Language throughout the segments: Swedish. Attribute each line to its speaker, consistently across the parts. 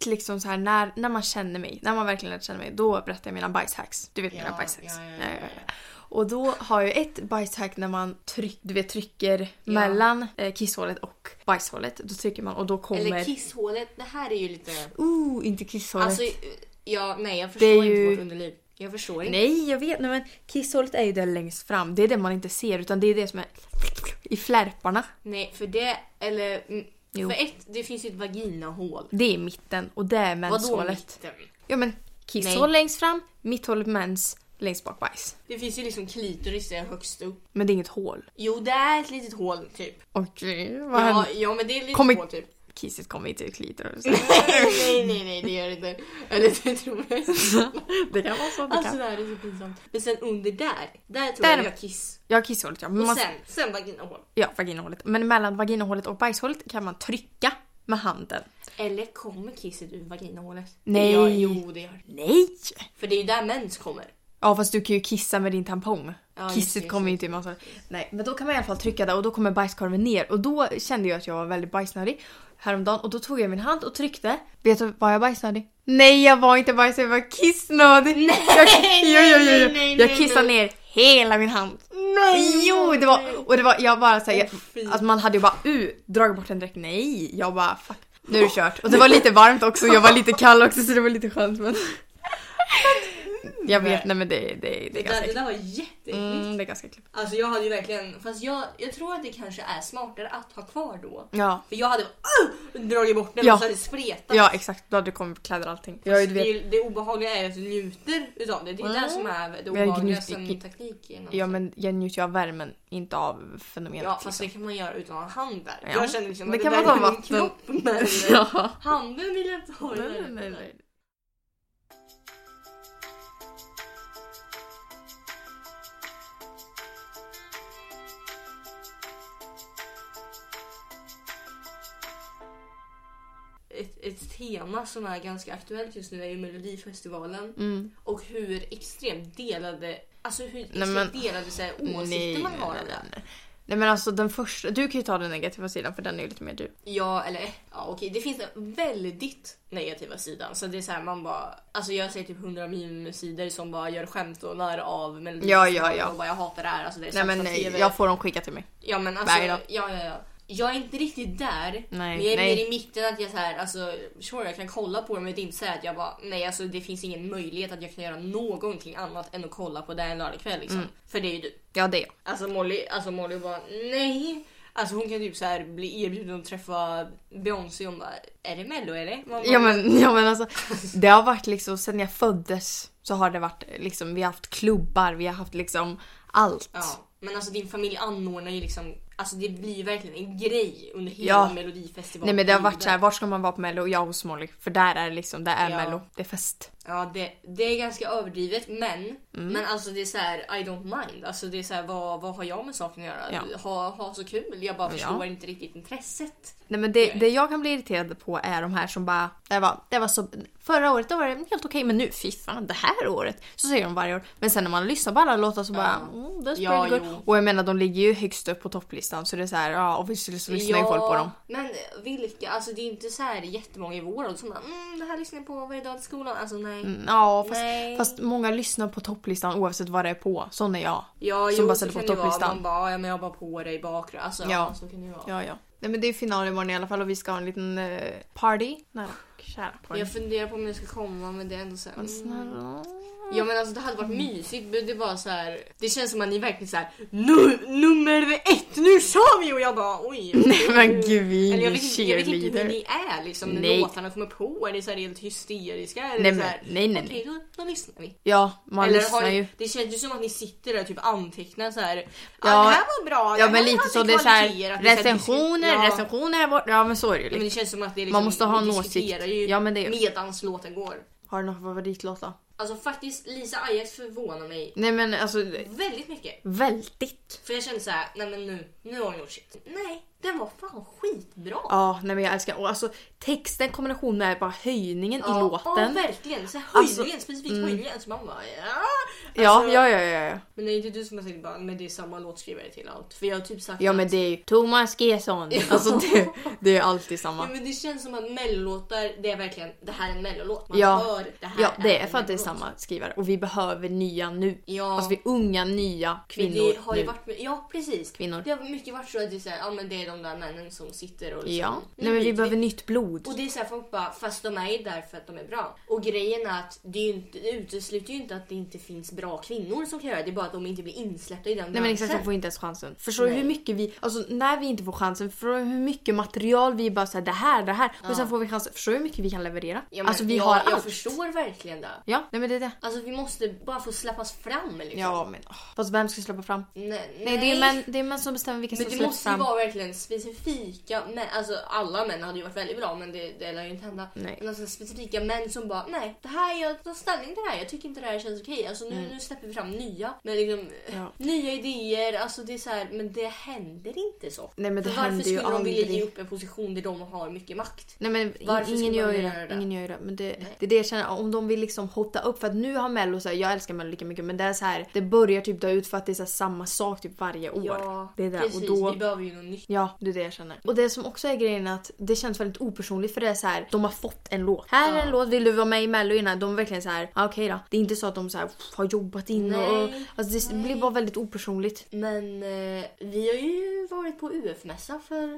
Speaker 1: mitt liksom så här när man känner mig, när man verkligen känner mig, då berättar jag mina bajshacks. Du vet mina bajshacks. Ja. Och då har jag ett bajshack när man trycker mellan kisshålet och bajshålet. Då trycker man och då kommer...
Speaker 2: Eller kisshålet, det här är ju lite...
Speaker 1: inte kisshålet.
Speaker 2: Alltså, nej jag förstår inte vårt underliv. Jag förstår inte.
Speaker 1: Nej, jag vet. Nej, men kisshålet är ju där längst fram. Det är det man inte ser, utan det är det som är i flärparna.
Speaker 2: Nej, för det, eller... För det finns ju ett vaginahål.
Speaker 1: Det är mitten och det är menshålet.
Speaker 2: Vadå mitten?
Speaker 1: Ja, men kisshål längst fram, mitthålet mens, längst bak bajs.
Speaker 2: Det finns ju liksom klitoris där högst upp.
Speaker 1: Men det är inget hål.
Speaker 2: Jo, det är ett litet hål typ.
Speaker 1: Okej,
Speaker 2: ja, men det är ett litet hål typ.
Speaker 1: Kisset kommer inte till klitoris.
Speaker 2: nej, det gör det inte. Eller det tror jag.
Speaker 1: Det kan vara så.
Speaker 2: Alltså det här är så pinsamt. Men sen under där tror jag jag kiss.
Speaker 1: Ja, kisshålet, ja.
Speaker 2: Men och sen vaginahål.
Speaker 1: Ja, vaginahålet. Men mellan vaginahålet och bajshålet kan man trycka med handen.
Speaker 2: Eller kommer kisset ur vaginahålet?
Speaker 1: Nej.
Speaker 2: Ja, jo, det gör.
Speaker 1: Nej!
Speaker 2: För det är ju där mens kommer.
Speaker 1: Ja, fast du kan ju kissa med din tampong.
Speaker 2: Ja,
Speaker 1: Kisset kommer ju inte i massa. Nej, men då kan man i alla fall trycka där och då kommer bajskorven ner. Och då kände jag att jag var väldigt bajsnödig häromdagen. Och då tog jag min hand och tryckte. Vet du, var jag bajsnödig? Nej, jag var inte bajsnödig, jag var kissnödig. Nej, jag kissade ner hela min hand.
Speaker 2: Nej!
Speaker 1: Jo, det var jag bara säger att man hade ju bara dragit bort den direkt. Nej, jag bara fuck. Nu är det kört. Och det var lite varmt också. Jag var lite kall också, så det var lite skönt, men jag vet, nej men det är ganska
Speaker 2: äckligt. Det där var jätteäckligt.
Speaker 1: Det är ganska äckligt.
Speaker 2: Alltså jag hade ju verkligen, fast jag tror att det kanske är smartare att ha kvar då.
Speaker 1: Ja.
Speaker 2: För jag hade dragit bort den och så hade det spretat.
Speaker 1: Ja, exakt. Då hade det kommit kläder och allting.
Speaker 2: Det obehagliga är att du njuter utav det. Det är det som är det obehagliga som taktiken.
Speaker 1: Ja, men jag njuter ju av värmen, inte av fenomenet.
Speaker 2: Ja, fast det kan man göra utan att ha hand där.
Speaker 1: Ja.
Speaker 2: Jag känner liksom
Speaker 1: det
Speaker 2: att
Speaker 1: kan
Speaker 2: det
Speaker 1: man
Speaker 2: där
Speaker 1: ta
Speaker 2: är min
Speaker 1: vatten.
Speaker 2: kropp. Men
Speaker 1: Ja.
Speaker 2: handen vill jag inte ha.
Speaker 1: Nej.
Speaker 2: Ett tema som är ganska aktuellt just nu är ju Melodifestivalen och hur extremt delade delade sig åsikter man har av det.
Speaker 1: Nej, men alltså den första, du kan ju ta den negativa sidan för den är ju lite mer du.
Speaker 2: Ja, okej. Det finns en väldigt negativa sidan. Så det är så här, man bara, alltså jag ser typ 100 meme-sidor som bara gör skämt och när av Melodifestivalen.
Speaker 1: Ja.
Speaker 2: Och bara jag hatar det här. Alltså det är
Speaker 1: nej, jag får dem skicka till mig.
Speaker 2: Ja, men alltså, ja. Jag är inte riktigt där. Men jag är mer i mitten att jag så här, alltså jag kan kolla på det, men det är inte så att jag bara, nej, alltså det finns ingen möjlighet att jag kan göra någonting annat än att kolla på det en lördagkväll liksom. För det är ju du.
Speaker 1: Ja, det är jag.
Speaker 2: Alltså Molly bara, nej. Alltså hon kan typ så här bli erbjuden att träffa Beyoncé och bara, är det Mello eller?
Speaker 1: Ja men alltså det har varit liksom sen jag föddes så har det varit liksom, vi har haft klubbar, vi har haft liksom allt.
Speaker 2: Ja, men alltså din familj anordnar ju liksom, alltså det blir ju verkligen en grej under hela Melodifestivalen.
Speaker 1: Nej, men det har varit så här, var ska man vara på Mello? Jag hos Molly, för där är det liksom, det är Mello, det är fest.
Speaker 2: Ja, det är ganska överdrivet, men alltså det är så här, I don't mind. Alltså det är så här, vad har jag med saken att göra? Ha så kul. Jag bara förstår inte riktigt intresset.
Speaker 1: Nej, men det jag kan bli irriterad på är de här som bara, det var så, förra året då var det helt okej, men nu fy fan, det här året så säger de varje år. Men sen när man lyssnar på alla låtar så bara, det är pretty good. Och jag menar, de ligger ju högst upp på topplistan, så det är så här, obviously så lyssnar ju folk på dem.
Speaker 2: Men vilka, alltså det är inte så här jättemånga i vår ålder som bara, det här lyssnar jag på varje dag till skolan, alltså nej.
Speaker 1: Fast många lyssnar på topplistan oavsett vad det är på. Sån är jag.
Speaker 2: Ja,
Speaker 1: som bara sätter på topplistan.
Speaker 2: Man bara, men jag bara på dig i bakgrunden. Alltså, så kan det ju vara.
Speaker 1: Ja. Nej, men det är final imorgon i alla fall och vi ska ha en liten party. Nej, kära party.
Speaker 2: Jag funderar på om jag ska komma, men det är ändå så här. Ja, men alltså det hade varit mysigt, men det var så här, det känns som att ni verkligen så här, nummer 1, nu kör vi, och jag bara oj.
Speaker 1: Nej, men gud, vi är
Speaker 2: jag vet inte hur ni är liksom när låtarna kommer på, är det så här helt hysteriska eller
Speaker 1: nej.
Speaker 2: Okej, då lyssnar vi.
Speaker 1: Ja, man lyssnar ju.
Speaker 2: Det känns ju som att ni sitter där och typ antecknar så här. Ja, det här var bra.
Speaker 1: Ja, men lite så, det är så här recensioner här bort. Ja, men så är det ju.
Speaker 2: Men det känns som att det är liksom,
Speaker 1: man måste ha en åsikt.
Speaker 2: Ja, men det medans låten går.
Speaker 1: Har du någon favoritlåt då?
Speaker 2: Alltså faktiskt, Lisa Ajax förvånar mig.
Speaker 1: Nej, men alltså
Speaker 2: väldigt mycket.
Speaker 1: Väldigt.
Speaker 2: För jag kände så här, nej men nu har hon gjort shit. Nej, Den var fan skitbra.
Speaker 1: Ja, nej men jag älskar. Och alltså texten, kombination med bara höjningen i låten.
Speaker 2: Ja, verkligen. Så höjningen, specifikt höjningen. Så man bara,
Speaker 1: Ja.
Speaker 2: Men det är inte du som har sagt bara, men det är samma låtskrivare till allt. För jag har typ sagt
Speaker 1: ja, men det är ju Thomas Gesson. Alltså det är alltid samma.
Speaker 2: Ja, men det känns som att mellolåtar, det är verkligen, det här är en mellolåt. Man
Speaker 1: hör
Speaker 2: det här.
Speaker 1: Ja, det är för att det är samma skrivare. Och vi behöver nya nu.
Speaker 2: Ja.
Speaker 1: Alltså vi unga, nya kvinnor.
Speaker 2: Det har ju
Speaker 1: nu.
Speaker 2: varit, ja precis.
Speaker 1: Kvinnor.
Speaker 2: Det har mycket varit så att det är så här, ja men det är de där männen som sitter och liksom,
Speaker 1: ja. Nej, men vi behöver nytt blod.
Speaker 2: Och det är så här, folk bara, fast de är ju där för att de är bra. Och grejen är att det utesluter ju inte att det inte finns bra kvinnor som kan göra det. Det är bara att de inte blir insläppta i den branschen.
Speaker 1: Nej, men exakt, de får inte ens chansen. Förstår du hur mycket vi, alltså när vi inte får chansen, förstår du hur mycket material vi bara säger det här. Och sen får vi chansen, förstår du hur mycket vi kan leverera?
Speaker 2: Ja, men,
Speaker 1: alltså vi har allt.
Speaker 2: Jag förstår verkligen det.
Speaker 1: Ja, nej men det är det.
Speaker 2: Alltså vi måste bara få släppas fram liksom.
Speaker 1: Ja, men fast vem ska släppa fram?
Speaker 2: Nej,
Speaker 1: det är män som bestämmer vilka som
Speaker 2: släpps
Speaker 1: fram.
Speaker 2: Men det måste ju vara verkligen specifika män. Alltså alla män hade ju varit väldigt bra, men det lär ju inte hända.
Speaker 1: Nej.
Speaker 2: Men alltså specifika män som bara, nej, det här, jag tar ställning till det här. Jag tycker inte det här känns okej. Alltså nu släpper vi fram nya. Men liksom, nya idéer. Alltså det är så här, men det händer inte så.
Speaker 1: Nej, men det
Speaker 2: varför
Speaker 1: händer ju
Speaker 2: skulle de vilja
Speaker 1: aldrig.
Speaker 2: ge upp en position där de har mycket makt?
Speaker 1: Nej, men ingen gör det. Men det är det jag känner, om de vill liksom hota upp, för att nu har Mello så här, jag älskar Mello lika mycket, men det är så här, det börjar typ dö ut för att det är så här, samma sak typ varje år.
Speaker 2: Ja,
Speaker 1: det är det.
Speaker 2: precis,
Speaker 1: och då,
Speaker 2: vi behöver ju något nytt.
Speaker 1: Ja, det är det jag känner. Och det som också är grejen är att det känns väldigt opersonligt, för det är så här, de har fått en låt. Här är en låt, vill du vara med i Mello innan? De är verkligen så här, okej då. Det är inte så att de så här, har jobbat in och alltså det blir bara väldigt opersonligt.
Speaker 2: Men vi har ju varit på UF-mässa för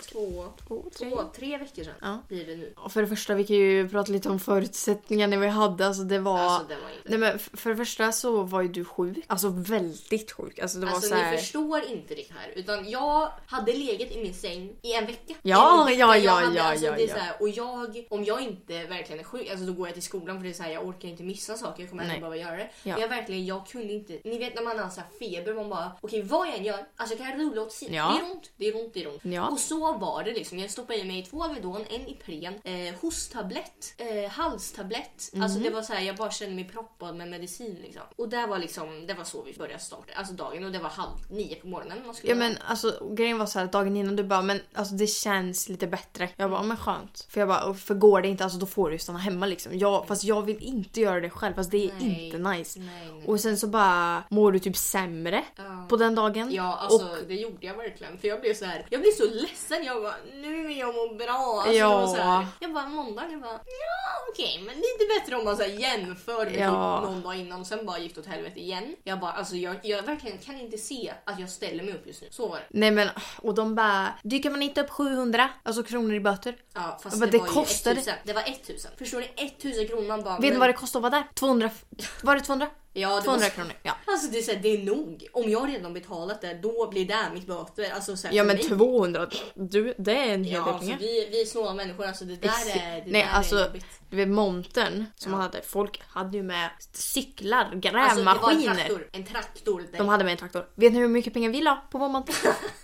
Speaker 2: 3 veckor sedan.
Speaker 1: Ja.
Speaker 2: Blir det nu.
Speaker 1: Och för det första, vi kan ju prata lite om förutsättningarna vi hade. Alltså det var...
Speaker 2: Alltså det var inte...
Speaker 1: Nej, men för det första så var ju du sjuk. Alltså väldigt sjuk. Alltså det var så här...
Speaker 2: ni förstår inte det här. Utan jag hade legat i min säng i en vecka.
Speaker 1: Ja.
Speaker 2: Det är så här, och om jag inte verkligen är sjuk, alltså då går jag till skolan, för det är så här, jag orkar inte missa saker. Jag kommer ändå behöva göra det.
Speaker 1: Ja.
Speaker 2: Jag kunde inte. Ni vet när man har så här feber, man bara, okej, vad jag än gör, alltså jag kan rulla åt sidan.
Speaker 1: Ja.
Speaker 2: Det är ont.
Speaker 1: Ja.
Speaker 2: Och så var det liksom. Jag stoppade i mig 2 Alvedon, en Ipren, hosttablett, halstablett. Alltså det var så här, jag bara kände mig proppad med medicin liksom. Och det var så vi började starta, alltså dagen, och det var 8:30 på morgonen.
Speaker 1: Men alltså grejen var så här, dagen innan du bara, men alltså det känns lite bättre. Jag bara, men skönt. För jag bara, för går det inte, alltså då får du stanna hemma liksom. Fast jag vill inte göra det själv, fast det är inte nice.
Speaker 2: Nej.
Speaker 1: Och sen så bara mår du typ sämre på den dagen.
Speaker 2: Ja, alltså det gjorde jag verkligen. För jag blev så ledsen. Jag bara, nu vill jag må bra. Alltså, det var så här, jag bara, måndag, okej, men lite bättre om man så här jämför med typ någon dag innan och sen bara gick det åt helvete igen. Jag bara, alltså jag verkligen kan inte se att jag ställer mig upp just nu. Så var det.
Speaker 1: Nej men, och de bara, dyker man inte upp 700 alltså kronor i böter?
Speaker 2: Ja, fast
Speaker 1: bara,
Speaker 2: det var
Speaker 1: kostade
Speaker 2: 1000. Det var 1000. Förstår ni? 1000 kronor, man bara...
Speaker 1: Vet du vad det kostar att vara där? 200. Var det 200?
Speaker 2: Ja,
Speaker 1: 200 kronor. Ja.
Speaker 2: Alltså det är, så här, det är nog. Om jag redan betalat det, då blir det mitt böter. Alltså, så här,
Speaker 1: ja men
Speaker 2: mig.
Speaker 1: 200, det är en hel del
Speaker 2: alltså,
Speaker 1: pengar.
Speaker 2: vi är snåla människor, alltså det där är...
Speaker 1: Nej, alltså du vet montern som man hade, folk hade ju med cyklar, grävmaskiner.
Speaker 2: Alltså, det var en traktor.
Speaker 1: De hade med en traktor. Vet ni hur mycket pengar vi la på vår monter?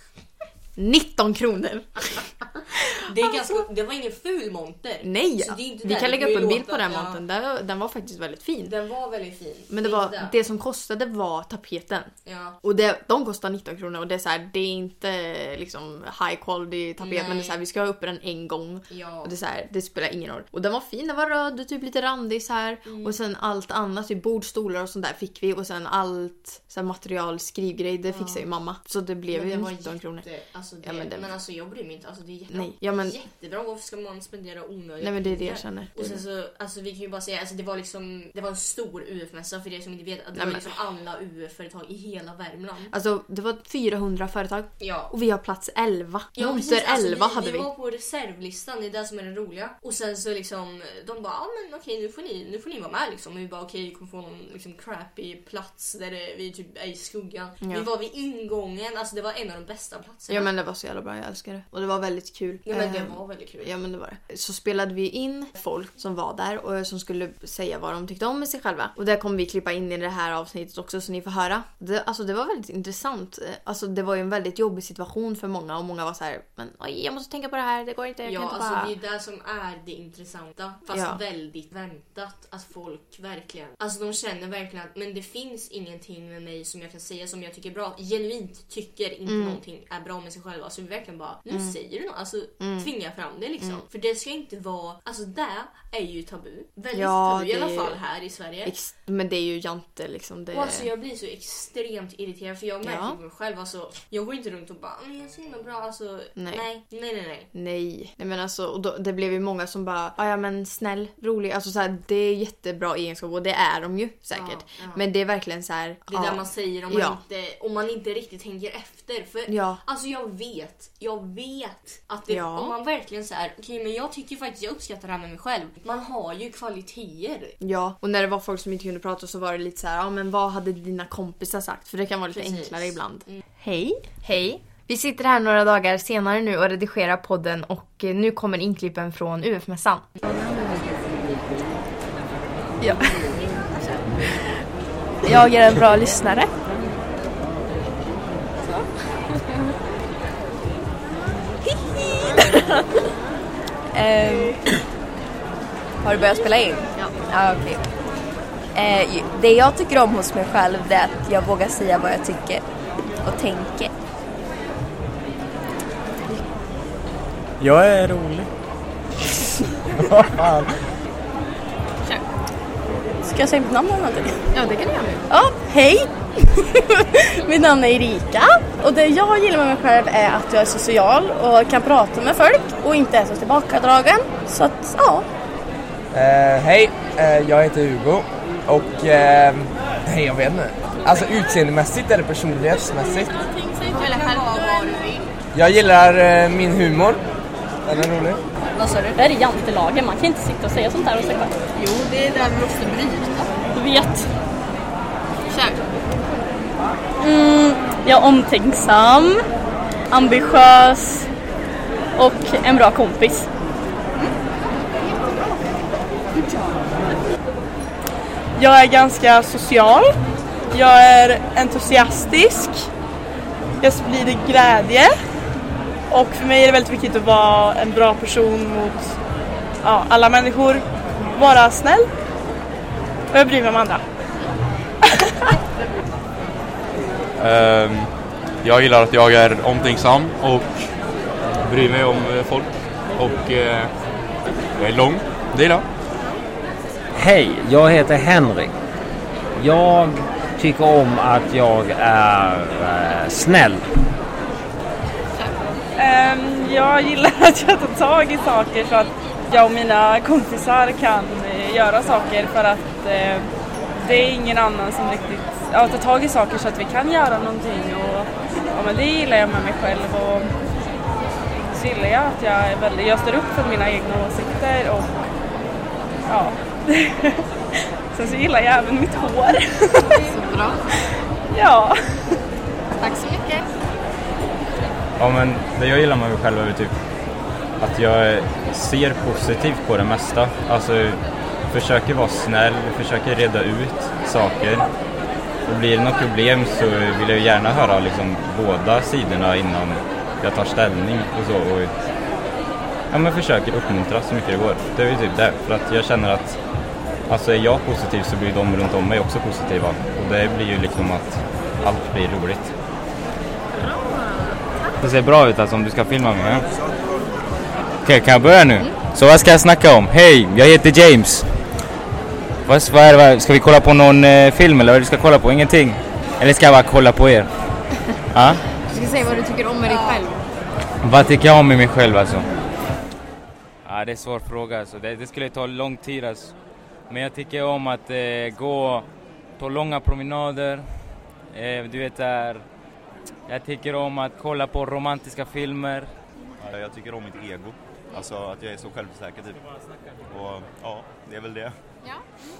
Speaker 1: 19 kronor.
Speaker 2: Det är ganska, det var ingen ful monter.
Speaker 1: Nej,
Speaker 2: så det är inte
Speaker 1: vi
Speaker 2: där.
Speaker 1: kan lägga upp en bild på den montern. Den var faktiskt väldigt fin.
Speaker 2: Den var väldigt fin.
Speaker 1: Men det som kostade var tapeten.
Speaker 2: Ja.
Speaker 1: Och de kostar 19 kronor. Och det är så här, det är inte liksom high quality tapet. Nej. Men det är så här, vi ska ha upp den en gång. Ja. Och det är så här, det spelar ingen roll. Och den var fin, den var röd och typ lite randig så här. Och sen allt annat, typ bordstolar och sånt där fick vi. Och sen allt så här, material, skrivgrej, det fixade ju mamma. Så det blev ju 19 kronor.
Speaker 2: Alltså det,
Speaker 1: ja,
Speaker 2: men alltså jag bryr mig inte. Alltså det är jättebra.
Speaker 1: Nej, ja, men...
Speaker 2: jättebra. Varför ska man spendera onödigt?
Speaker 1: Nej men det är det jag känner.
Speaker 2: Och sen så, alltså vi kan ju bara säga, alltså det var en stor UF-mässa, för det som inte vet, att det var liksom alla UF-företag i hela Värmland.
Speaker 1: Alltså det var 400 företag.
Speaker 2: Ja.
Speaker 1: Och vi har plats 11.
Speaker 2: Ja,
Speaker 1: Monter 11 hade vi.
Speaker 2: Vi var på reservlistan, det är det som är det roliga. Och sen så liksom, de bara, men okej, nu får ni vara med liksom. Och vi bara, okej, vi kommer få någon liksom crappy plats där vi typ är i skuggan. Ja. Vi var vid ingången, alltså det var en av de bästa platserna.
Speaker 1: Ja men det var så jävla bra, jag älskar det. Och det var väldigt kul.
Speaker 2: Ja men det var väldigt kul.
Speaker 1: Ja, men det var det. Så spelade vi in folk som var där och som skulle säga vad de tyckte om med sig själva. Och där kommer vi klippa in i det här avsnittet också så ni får höra. Det var väldigt intressant. Alltså det var ju en väldigt jobbig situation för många och många var så här, men oj, jag måste tänka på det här, det går inte, jag kan inte bara...
Speaker 2: det är det som är det intressanta. Fast väldigt väntat att folk verkligen, alltså de känner verkligen att men det finns ingenting med mig som jag kan säga som jag tycker är bra. Genuint tycker inte någonting är bra med sig själva. Så vi verkligen bara, nu säger du något, alltså tvinga fram det liksom. För det ska inte vara, alltså det är ju tabu. Väldigt tabu i alla fall här i Sverige.
Speaker 1: Men det är ju jante liksom.
Speaker 2: Och alltså jag blir så extremt irriterad för jag märker på mig själv, alltså jag går inte runt och bara, jag ser inte bra, alltså nej men alltså, och då, det blev ju många som bara, ja men snäll, rolig, alltså så här, det är jättebra egenskap och det är de ju säkert. Men det är verkligen så här, det är där man säger om man inte riktigt tänker efter, för alltså jag vet att det, om man verkligen så här, okej, men jag tycker faktiskt jag uppskattar det här med mig själv. Man har ju kvaliteter.
Speaker 1: Ja, och när det var folk som inte kunde prata så var det lite så här, ja men vad hade dina kompisar sagt? För det kan vara lite enklare ibland. Hej. Vi sitter här några dagar senare nu och redigerar podden och nu kommer inklippen från UF-mässan.
Speaker 3: Ja. Jag är en bra lyssnare. Har du börjat spela in? Ja, okej. Det jag tycker om hos mig själv är att jag vågar säga vad jag tycker och tänker.
Speaker 4: Jag är rolig. Vad fan?
Speaker 3: Ska jag säga mitt namn eller någonting?
Speaker 1: Ja, det kan jag göra.
Speaker 3: Ja, hej! Mitt namn är Erika. Och det jag gillar med mig själv är att jag är social och kan prata med folk och inte är så tillbakadragen. Så att, ja.
Speaker 4: Hej, jag heter Hugo. Och hej, jag vet inte. Alltså utseendemässigt eller personlighetsmässigt?
Speaker 2: Eller själva vad du vill.
Speaker 4: Jag gillar min humor. Den är rolig.
Speaker 3: Vad sa du? Det är jantelagen, man kan inte sitta och säga sånt här och säga.
Speaker 2: Jo, det är där vi måste bryta.
Speaker 3: Du vet.
Speaker 2: Kör.
Speaker 3: Jag är omtänksam, ambitiös och en bra kompis.
Speaker 5: Jag är ganska social. Jag är entusiastisk. Jag sprider glädje. Och för mig är det väldigt viktigt att vara en bra person mot alla människor. Vara snäll. Och jag bryr mig om andra.
Speaker 6: Jag gillar att jag är omtänksam och bryr mig om folk. Och jag är lång. Det gillar jag.
Speaker 7: Hej, jag heter Henrik. Jag tycker om att jag är snäll.
Speaker 5: Jag gillar att jag tar tag i saker så att jag och mina kompisar kan göra saker för att det är ingen annan som riktigt tar tag i saker så att vi kan göra någonting. Och men det gillar jag med mig själv. Och så gillar jag att jag står upp för mina egna åsikter och sen så gillar jag även mitt hår.
Speaker 1: Så bra.
Speaker 5: Ja.
Speaker 1: Tack så mycket.
Speaker 6: Ja, men det jag gillar med mig själv är typ att jag ser positivt på det mesta. Alltså försöker vara snäll, försöker reda ut saker. Och blir det något problem så vill jag gärna höra liksom båda sidorna innan jag tar ställning och så. Och men försöker uppmuntra så mycket det går. Det är ju typ det. För att jag känner att alltså är jag positiv så blir de runt om mig också positiva. Och det blir ju liksom att allt blir roligt.
Speaker 8: Det ser bra ut alltså om du ska filma mig. Ja? Okej, kan jag börja nu? Så vad ska jag snacka om? Hej, jag heter James. Vad ska vi kolla på någon film eller vad du ska kolla på? Ingenting? Eller ska jag bara kolla på er? Ja?
Speaker 1: Du ska säga vad du tycker om med dig själv.
Speaker 8: Vad tycker jag om med mig själv alltså? Ja, det är en svår fråga alltså. Det skulle ta lång tid alltså. Men jag tycker om att gå på långa promenader. Du vet där. Jag tycker om att kolla på romantiska filmer.
Speaker 9: Jag tycker om mitt ego. Alltså att jag är så självsäker typ. Och ja, det är väl det.
Speaker 1: Ja.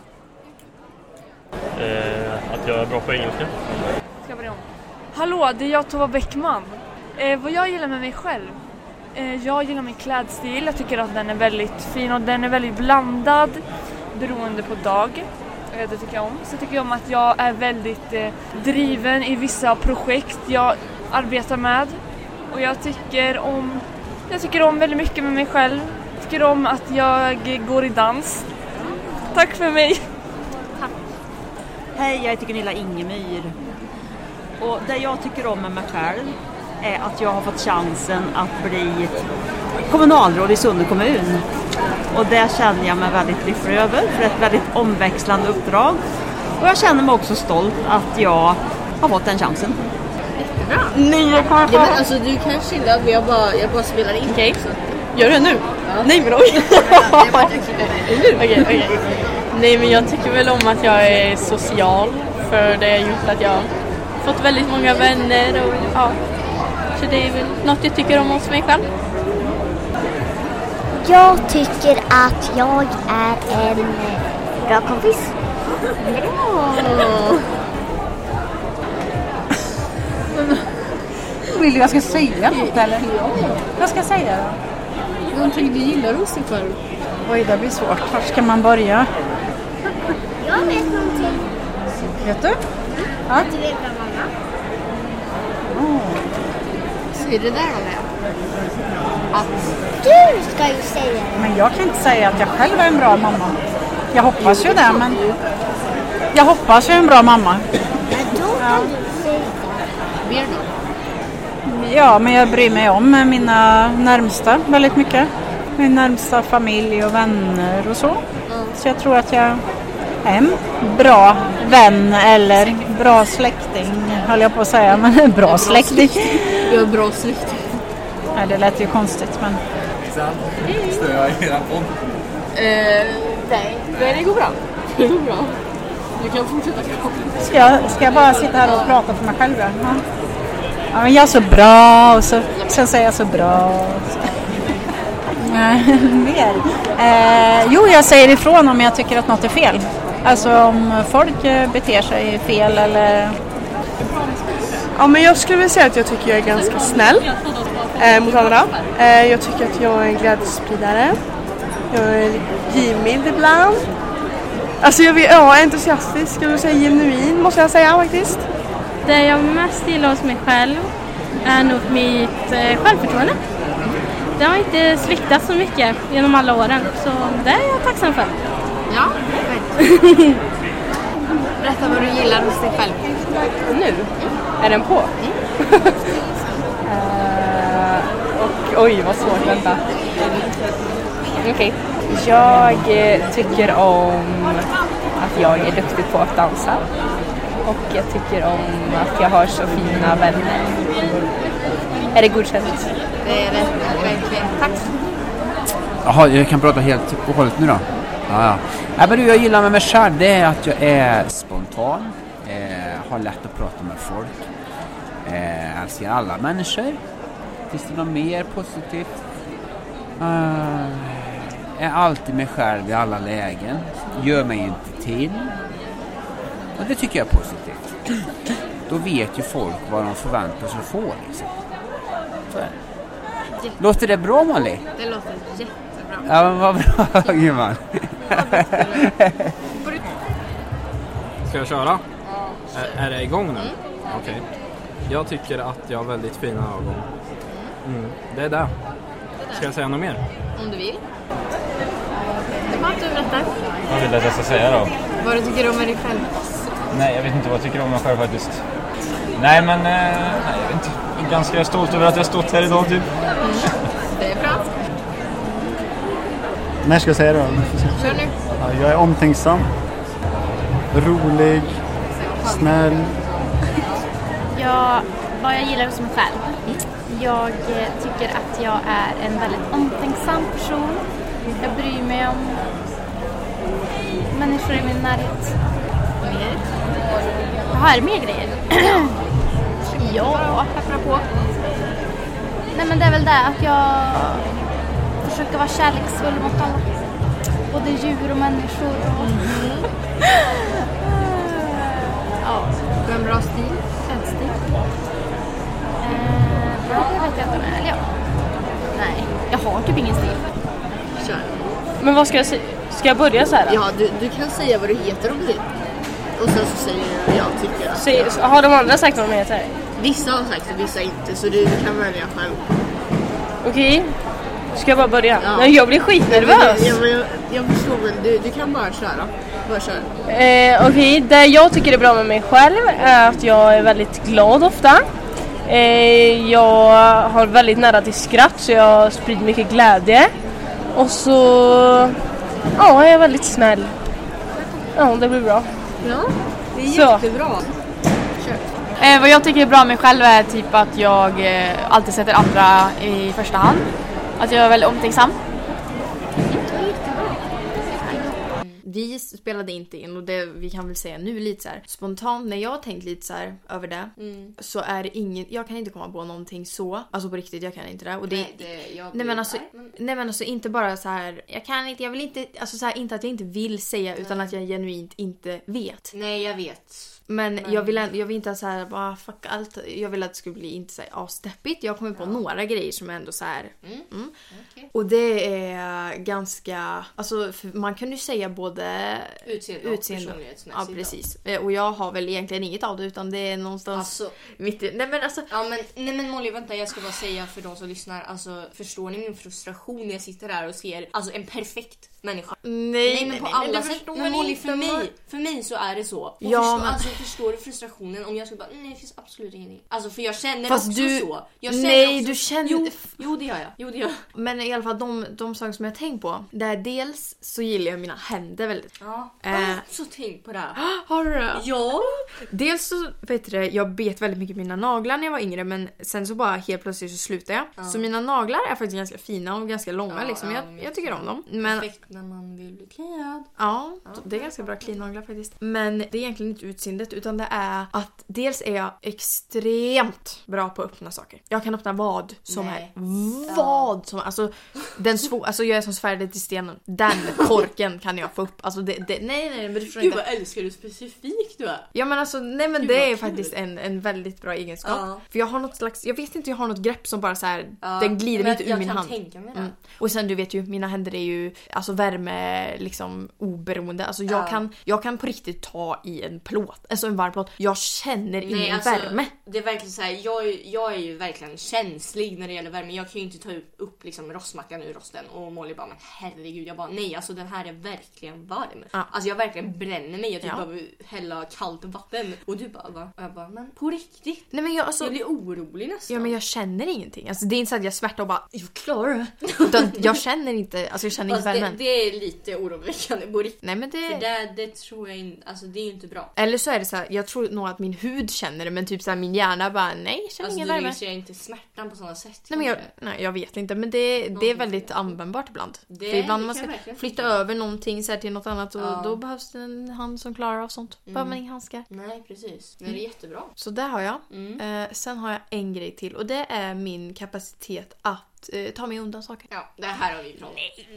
Speaker 10: Att jag är bra på engelska.
Speaker 5: Ska börja om. Hallå, det är jag, Tova Bäckman. Vad jag gillar med mig själv? Jag gillar min klädstil. Jag tycker att den är väldigt fin och den är väldigt blandad beroende på dag. Det tycker jag om. Så tycker jag om att jag är väldigt driven i vissa projekt jag arbetar med. Och jag tycker om väldigt mycket med mig själv. Jag tycker om att jag går i dans. Tack för mig.
Speaker 11: Tack. Hej, jag heter Gunilla Ingemyr. Och det jag tycker om med mig själv är att jag har fått chansen att bli kommunalråd i Sunne kommun. Och det känner jag mig väldigt lycklig över, för ett väldigt omväxlande uppdrag. Och jag känner mig också stolt att jag har fått den chansen.
Speaker 2: Jättebra.
Speaker 11: Nej, jag kommer
Speaker 2: ja, men alltså du kan chilla, jag bara spelar in.
Speaker 11: Okej. Gör du det nu?
Speaker 2: Ja.
Speaker 11: Nej, bra. Okej. Nej, men jag tycker väl om att jag är social, för det har gjort att jag har fått väldigt många vänner och ja. Så det är väl något jag tycker om hos mig själv.
Speaker 12: Jag tycker att jag är en bra kompis.
Speaker 2: Bra!
Speaker 13: Vill du jag ska säga något eller? Ja. Vad ska jag säga då?
Speaker 2: Någonting du gillar hos dig själv.
Speaker 13: Oj, det blir svårt. Var ska man börja?
Speaker 12: Jag vet någonting.
Speaker 13: Vet du? Ja.
Speaker 12: Du vet vad mamma.
Speaker 2: Säg det där om det. Att
Speaker 12: du ska ju säga det.
Speaker 13: Men jag kan inte säga att jag själv är en bra mamma. Jag hoppas ju det, men jag hoppas ju en bra mamma.
Speaker 12: Men då kan du säga det.
Speaker 2: Mer då?
Speaker 13: Ja, men jag bryr mig om mina närmsta väldigt mycket. Min närmsta familj och vänner och så. Så jag tror att jag är en bra vän eller bra släkting, höll jag på att säga, men bra släkting.
Speaker 2: Jag är bra släkting.
Speaker 13: Nej, det lät ju konstigt, men...
Speaker 4: Stör jag i era podd?
Speaker 2: Nej, det går bra. Det går bra. Du kan fortsätta prata.
Speaker 13: Ska jag bara sitta här och prata för mig själv? Ja, ja, men jag är så bra och så, sen säger jag så bra. Mer. Jo, jag säger ifrån om jag tycker att något är fel. Alltså om folk beter sig fel eller...
Speaker 14: Ja, men jag skulle vilja säga att jag tycker jag är ganska snäll mot andra. Jag tycker att jag är en glädjespridare. Jag är givmild ibland. Alltså jag är entusiastisk, jag vill säga genuin måste jag säga faktiskt.
Speaker 3: Det jag mest gillar hos mig själv är nog mitt självförtroende. Det har inte sviktat så mycket genom alla åren, så det är jag tacksam för.
Speaker 2: Ja, berätta vad du gillar hos dig själv.
Speaker 11: Nu? Är den på? Och oj, vad svårt, vänta. Okej. Jag tycker om att jag är duktig på att dansa. Och jag tycker om att jag har så fina vänner. Är det godkänt?
Speaker 2: Det är det, verkligen. Tack.
Speaker 15: Jaha, jag kan prata helt och hållet nu då. Ja. Men det jag gillar med mig själv, det är att jag är spontan. Har lätt att prata med folk. Älskar alla människor. Finns det något mer positivt? Är alltid mig själv i alla lägen. Gör mig inte till. Och det tycker jag är positivt. Då vet ju folk vad de förväntar sig att få liksom. Så är det. Låter det bra, Molly?
Speaker 2: Det låter jättebra.
Speaker 15: Ja, men vad bra, gumman.
Speaker 16: Ska jag köra? Är det igång nu? Okej. Jag tycker att jag har väldigt fina ögon. Det är det. Ska jag säga något mer?
Speaker 2: Om du vill. Det var att du berättar.
Speaker 6: Vad vill jag ska säga då?
Speaker 2: Vad du tycker om dig själv?
Speaker 6: Nej, jag vet inte vad jag tycker om mig själv faktiskt. Nej, men nej, jag vet inte. Jag är ganska stolt över att jag stått här idag typ.
Speaker 2: Det är bra.
Speaker 17: När ska jag säga då?
Speaker 2: Kör nu.
Speaker 17: Ja, jag är omtänksam. Rolig. Snäll.
Speaker 3: Vad jag gillar hos mig själv. Jag tycker att jag är en väldigt omtänksam person. Jag bryr mig om människor i min närhet.
Speaker 2: Mer?
Speaker 3: Jag har mer grejer. Ja, peppra på. Nej, men det är väl det att jag försöker vara kärleksfull mot alla. Både djur och människor. Ja.
Speaker 2: Du har en bra stil. Klädstil.
Speaker 3: Det vet jag inte. Eller ja. Nej. typ ingen stil.
Speaker 2: Kör.
Speaker 3: Men vad ska jag säga? Ska jag börja så här?
Speaker 2: Ja, du kan säga vad du heter om du vill. Och sen så säger du jag tycker att...
Speaker 3: Har de andra sagt vad de heter?
Speaker 2: Vissa har sagt det, vissa inte. Så du kan välja själv.
Speaker 3: Okej. Ska jag bara börja? Ja. Nej, jag blir skitnervös.
Speaker 2: Jag förstår väl. Du kan bara köra. Bara kör.
Speaker 3: Okej. Det jag tycker är bra med mig själv är att jag är väldigt glad ofta. Jag har väldigt nära till skratt, så jag sprider mycket glädje. Och så... Ja, jag är väldigt snäll. Ja, det blir bra.
Speaker 2: Ja, det är jättebra. Kör.
Speaker 18: Vad jag tycker är bra med mig själv är typ att jag alltid sätter andra i första hand. Att jag är väldigt omtänksam.
Speaker 1: Vi spelade inte in, och det vi kan väl säga nu lite så här spontant när jag har tänkt lite så här över det, så är det jag kan inte komma på någonting så, alltså på riktigt, jag kan inte det. Och det nej men alltså inte bara så här jag vill inte, alltså så här, inte att jag inte vill säga, utan att jag genuint inte vet.
Speaker 2: Nej, jag vet.
Speaker 1: Men jag vill inte så här bara fuck allt. Jag vill att det skulle bli inte så här asdeppigt. Jag kommer på några grejer som är ändå så här. Okay. Och det är ganska, alltså man kan ju säga både utseende. Ja, precis. Och jag har väl egentligen inget av det, utan det är någonstans alltså, mitt i. Nej men alltså
Speaker 2: nej men Molly, vänta, jag ska bara säga för de som lyssnar, alltså förstår ni min frustration när jag sitter här och ser alltså en perfekt människa?
Speaker 1: Nej
Speaker 2: men på alla sätt. Men Molly, för mig så är det så. Alltså förstår du frustrationen om jag skulle bara nej, det finns absolut ingenting. Alltså för jag känner fast också så.
Speaker 1: Du känner
Speaker 2: Jo, det gör jag.
Speaker 1: Men i alla fall de saker som jag tänkt på, där dels så gillar jag mina händer väldigt.
Speaker 2: Ja. Jag har också tänkt på det.
Speaker 1: Har du det?
Speaker 2: Ja.
Speaker 1: Dels så vet du, jag bet väldigt mycket mina naglar när jag var yngre, men sen så bara helt plötsligt så slutade jag. Ja. Så mina naglar är faktiskt ganska fina och ganska långa liksom. Jag tycker om dem. Men
Speaker 2: perfekt när man vill bli kliad.
Speaker 1: Ja, det är ganska bra klinnaglar faktiskt. Men det är egentligen inte utseendet, utan det är att dels är jag extremt bra på att öppna saker. Jag kan öppna vad som är. Vad som alltså den alltså jag är som svärdet i stenen. Den korken kan jag få upp. Alltså nej, men du förstår
Speaker 2: inte. Gud, vad älskar du specifikt du är.
Speaker 1: Ja men alltså nej, men det är faktiskt en väldigt bra egenskap. För jag har något slags, jag vet inte, jag har något grepp som bara så här den glider inte ur min hand.
Speaker 2: Tänka mig det.
Speaker 1: Och sen du vet ju, mina händer är ju alltså värme liksom oberoende. Alltså jag kan på riktigt ta i en plåt, alltså en varm plåt. Jag känner ingen värme.
Speaker 2: Det är verkligen så här, jag är ju verkligen känslig när det gäller värme. Jag kan ju inte ta upp liksom rostmackan ur rosten, och Molly bara men herregud, jag bara nej, alltså den här är verkligen varm. Alltså jag verkligen bränner mig, jag typ bara hälla kallt vatten, och du bara va? Och jag bara men på riktigt. Nej men jag blir orolig nästan.
Speaker 1: Ja men jag känner ingenting. Alltså det är inte så att jag svärtar och bara jag klarar det. Utan jag känner inte, alltså jag känner inte värmen.
Speaker 2: Det är lite oroväckande på riktigt.
Speaker 1: Nej men
Speaker 2: det tror jag inte, alltså det är ju inte bra.
Speaker 1: Eller så är det så här, jag tror nog att min hud känner det, men typ så här, min hjärna bara nej, känner
Speaker 2: alltså,
Speaker 1: ingen värme.
Speaker 2: Alltså du inte smärtan på sådana sätt.
Speaker 1: Nej men jag vet inte, men det är väldigt användbart ibland. För ibland man ska flytta över någonting så här till något annat, och då behövs det en hand som klarar av sånt. Behöver man inga handskar.
Speaker 2: Nej precis. Det är jättebra.
Speaker 1: Så där har jag. Sen har jag en grej till, och det är min kapacitet att ta mig undan saker.
Speaker 2: Ja, det här har vi pratat.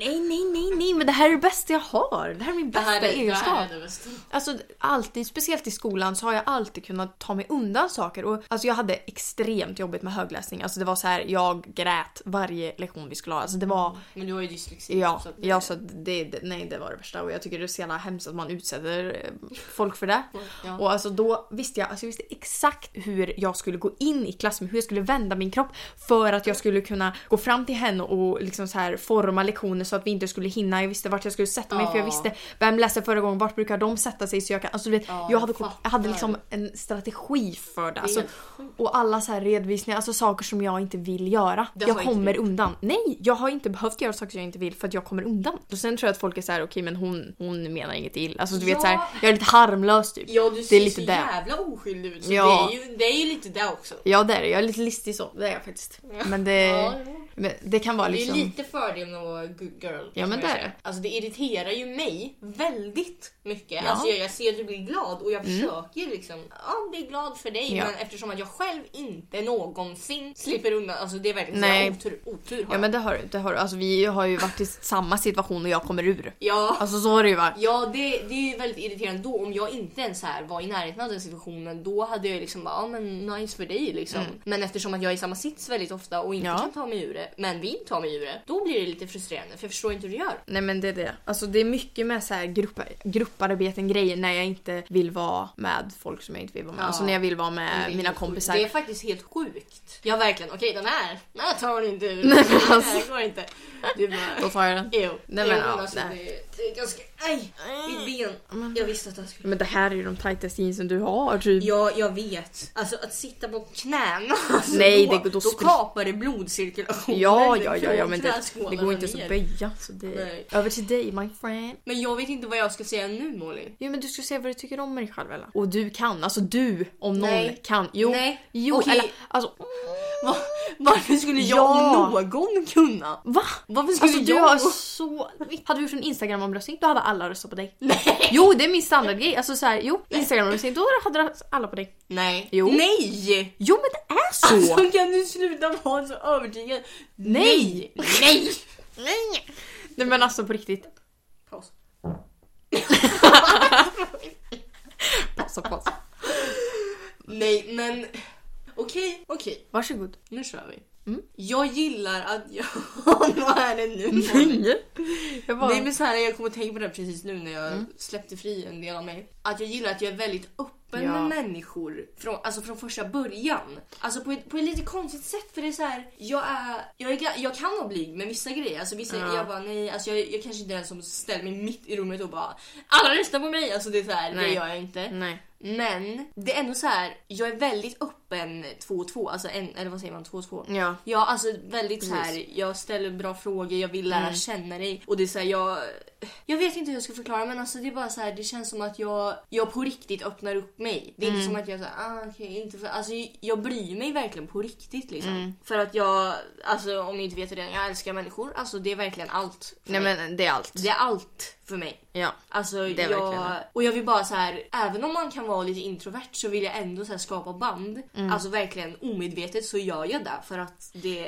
Speaker 1: Nej, men det här är det bästa jag har. Det här är min bästa egenskap.
Speaker 2: Det här är det bästa.
Speaker 1: Alltså alltid, speciellt i skolan, så har jag alltid kunnat ta mig undan saker. Och alltså jag hade extremt jobbigt med högläsning. Alltså det var så här, jag grät varje lektion vi skulle ha. Alltså det var...
Speaker 2: Men du har ju dyslexi.
Speaker 1: Ja, så det var det värsta. Och jag tycker det är så jävla hemskt att man utsätter folk för det. Ja. Och alltså då visste jag exakt hur jag skulle gå in i klassrummet, hur jag skulle vända min kropp för att jag skulle kunna gå fram till henne och liksom så här forma lektioner så att vi inte skulle hinna. Jag visste vart jag skulle sätta mig, för jag visste vem läste förra gången, vart brukar de sätta sig, så jag kan, alltså du vet, jag hade liksom en strategi för det. Alltså, och alla så här redovisningar, alltså saker som jag inte vill göra. Jag kommer undan. Nej, jag har inte behövt göra saker som jag inte vill för att jag kommer undan. Och sen tror jag att folk är så här, okej, men hon menar inget illa. Alltså du vet så här, jag är lite harmlös typ.
Speaker 2: Ja, du ser det är lite så jävla oskyldig ut. Så det är ju lite där också.
Speaker 1: Ja, det är det. Jag är lite listig så. Det är jag faktiskt. Men det kan vara liksom...
Speaker 2: Det är lite fördel att vara good girl.
Speaker 1: Ja, men det är det.
Speaker 2: Alltså det irriterar ju mig väldigt mycket. Ja. Alltså jag ser att du blir glad och jag försöker liksom bli glad för dig. Ja. Men eftersom att jag själv inte någonsin slipper undan. Alltså det är verkligen otur.
Speaker 1: Ja, men det har du. Alltså vi har ju varit i samma situation och jag kommer ur.
Speaker 2: Ja.
Speaker 1: Alltså så har det ju varit.
Speaker 2: Ja, det är ju väldigt irriterande då. Om jag inte ens här var i närheten av den situationen, då hade jag liksom bara, men nice för dig liksom. Men eftersom att jag är i samma sits väldigt ofta och inte kan ta mig ur det, men vill ta mig ur det, då blir det lite frustrerande för jag förstår inte hur du gör.
Speaker 1: Nej men det är det. Alltså det är mycket med så här grupparbeten grejer när jag inte vill vara med folk som jag inte vill vara med. Ja. Alltså när jag vill vara med mina kompisar.
Speaker 2: Det är faktiskt helt sjukt. Jag verkligen, okej den här tar hon inte ur. Nej, alltså. Det går inte.
Speaker 1: Då tar jag den.
Speaker 2: Jo.
Speaker 1: Nej men
Speaker 2: alltså, det är ganska, mitt ben. Jag visste att jag skulle.
Speaker 1: Men det här är ju de tajtaste jeansen du har typ.
Speaker 2: Ja, jag vet. Alltså att sitta på knäna. Alltså,
Speaker 1: nej,
Speaker 2: då kapar det blodcirkulation.
Speaker 1: Ja, men det går inte så böja. Så det över till dig, my friend.
Speaker 2: Men jag vet inte vad jag ska säga nu, Molly.
Speaker 1: Jo, men du ska säga vad du tycker om dig själv, eller? Och du kan, alltså du, om någon kan. Jo,
Speaker 2: okay.
Speaker 1: Eller, alltså...
Speaker 2: Varför skulle jag om någon kunna?
Speaker 1: Va?
Speaker 2: Varför skulle
Speaker 1: alltså,
Speaker 2: jag?
Speaker 1: Du har så... Hade du gjort en Instagram-omröstning, då hade alla röstat på dig. Nej. Jo, det är min standardgrej. Alltså så här, Instagram-omröstning, då hade alla på dig.
Speaker 2: Nej.
Speaker 1: Jo.
Speaker 2: Nej.
Speaker 1: Jo, men det är så.
Speaker 2: Alltså, kan du sluta vara så övertygad? Nej.
Speaker 1: Nej, men alltså på riktigt.
Speaker 2: Paus.
Speaker 1: Paus.
Speaker 2: Nej, men... Okej.
Speaker 1: Varsågod.
Speaker 2: Nu kör vi.
Speaker 1: Mm.
Speaker 2: Jag gillar att jag... Vad är det nu? Nej, men så här, jag kommer att tänka på det precis nu när jag släppte fri en del av mig. Att jag gillar att jag är väldigt öppen med människor från första början. Alltså på ett lite konstigt sätt, för det är så här, jag kan vara blyg med vissa grejer. Alltså vissa, jag bara nej, alltså jag kanske inte är den som ställer mig mitt i rummet och bara alla röstar på mig. Alltså det är så här, det gör jag inte.
Speaker 1: Nej.
Speaker 2: Men det är ändå så här, jag är väldigt öppen 2-2, alltså eller vad säger man, 2-2. Ja, alltså väldigt så här, jag ställer bra frågor, jag vill lära känna dig, och det är så här, jag vet inte hur jag ska förklara, men alltså det är bara så här, det känns som att jag på riktigt öppnar upp mig. Det är inte som att jag så här, inte för, alltså jag bryr mig verkligen på riktigt liksom. För att jag, alltså om ni inte vet det, jag älskar människor, alltså det är verkligen allt.
Speaker 1: Nej men det är allt.
Speaker 2: Det är allt för mig.
Speaker 1: Ja.
Speaker 2: Alltså jag vill bara så här, även om man kan vara lite introvert, så vill jag ändå så här skapa band. Alltså verkligen omedvetet så gör jag det, för att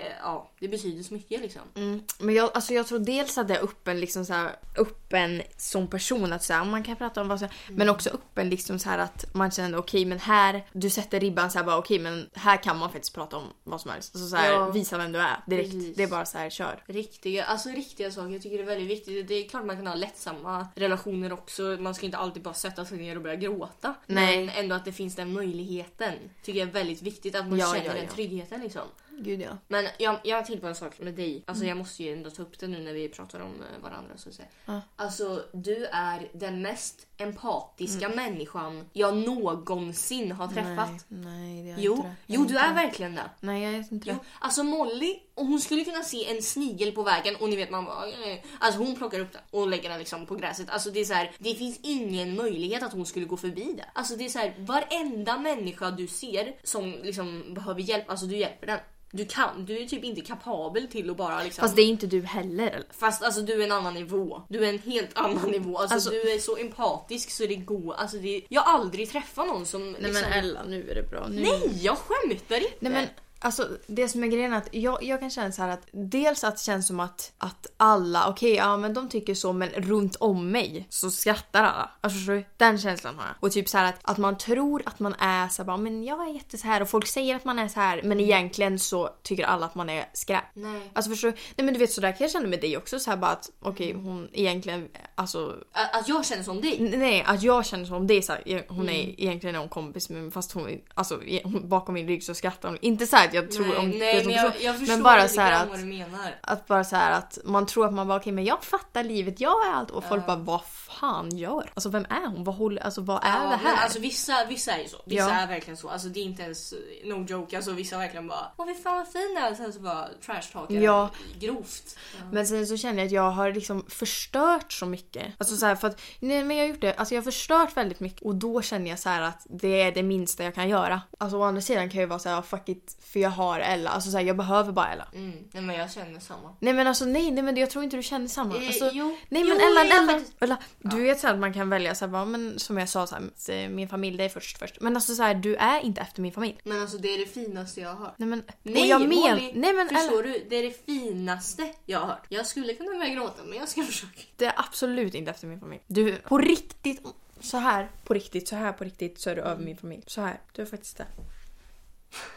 Speaker 2: det betyder så mycket liksom.
Speaker 1: Men jag tror dels att det är öppen liksom så här, öppen som person, att så här, man kan prata om vad så här, men också öppen liksom så här att man känner okej, men här du sätter ribban så här, bara okej, men här kan man faktiskt prata om vad som helst. Alltså så här, visa vem du är direkt. Precis. Det är bara så här, kör.
Speaker 2: Riktiga saker, jag tycker det är väldigt viktigt. Det är klart man kan ha lättsamma relationer också. Man ska inte alltid bara sätta sig ner och börja gråta.
Speaker 1: Nej.
Speaker 2: Men ändå att det finns den möjligheten tycker jag är väldigt viktigt, att man känner den tryggheten liksom.
Speaker 1: Gud ja.
Speaker 2: Men jag har till på en sak med dig. Alltså jag måste ju ändå ta upp det nu när vi pratar om varandra, så att säga. Alltså du är den mest empatiska människan jag någonsin har träffat.
Speaker 1: Nej, det är inte det.
Speaker 2: Jo, du är verkligen det.
Speaker 1: Nej, jag vet inte det.
Speaker 2: Alltså Molly, och hon skulle kunna se en snigel på vägen, och ni vet man bara, alltså hon plockar upp den och lägger den liksom på gräset. Alltså det är så här, det finns ingen möjlighet att hon skulle gå förbi det. Alltså det är så här, varenda människa du ser som liksom behöver hjälp, alltså du hjälper den. Du är typ inte kapabel till att bara liksom...
Speaker 1: Fast det är inte du heller. Eller?
Speaker 2: Fast alltså du är en annan nivå. Du är en helt annan nivå. Alltså du är så empatisk så det går. Alltså jag har aldrig träffat någon som...
Speaker 1: Nej men Ella, nu är det bra.
Speaker 2: Nej, jag skämtar inte.
Speaker 1: Nej men... Alltså det som är grejen är att jag kan känna så här att dels att det känns som att alla, men de tycker så, men runt om mig så skrattar alla. Alltså förstår du? Den känslan har jag. Och typ så här att man tror att man är så här, bara, men jag är jätte så här, och folk säger att man är så här, men egentligen så tycker alla att man är skräp.
Speaker 2: Nej.
Speaker 1: Alltså förstår du? Nej men du vet, så där kan jag känna med dig också så här, bara att hon egentligen alltså
Speaker 2: att jag känner som dig.
Speaker 1: Nej, att jag känner som dig så här, hon är egentligen någon kompis, men fast hon bakom min rygg så skrattar hon. Inte så här, jag tror om
Speaker 2: nej, men jag förstår,
Speaker 1: men bara så här
Speaker 2: vad du menar.
Speaker 1: Att bara så här att man tror att man bara men jag fattar livet, jag är allt, och folk bara vad fan gör? Alltså vem är hon? Vad är det här?
Speaker 2: Men alltså vissa är ju så. Vissa är verkligen så. Alltså det är inte ens no joke. Alltså vissa verkligen bara vi fan vad fin är, sen så bara trash talkar grovt.
Speaker 1: Men sen så känner jag att jag har liksom förstört så mycket. Alltså så här, för att men jag har gjort det. Alltså jag har förstört väldigt mycket, och då känner jag så här att det är det minsta jag kan göra. Alltså å andra sidan kan jag vara så här fuck it, för jag har Ella. Alltså så här, jag behöver bara Ella.
Speaker 2: Nej men jag känner samma.
Speaker 1: Nej men alltså nej men jag tror inte du känner samma. Alltså,
Speaker 2: jo.
Speaker 1: Nej men Ella, du vet så att man kan välja så här, men som jag sa så här, min familj det är först. Men alltså så här, du är inte efter min familj.
Speaker 2: Men alltså det är det finaste jag har hört.
Speaker 1: Nej men
Speaker 2: nej men förstår du? Det är det finaste jag har hört. Jag skulle kunna börja gråta, men jag ska försöka.
Speaker 1: Det är absolut inte efter min familj. Du på riktigt så här på riktigt så är du över min familj. Så här, du är faktiskt det.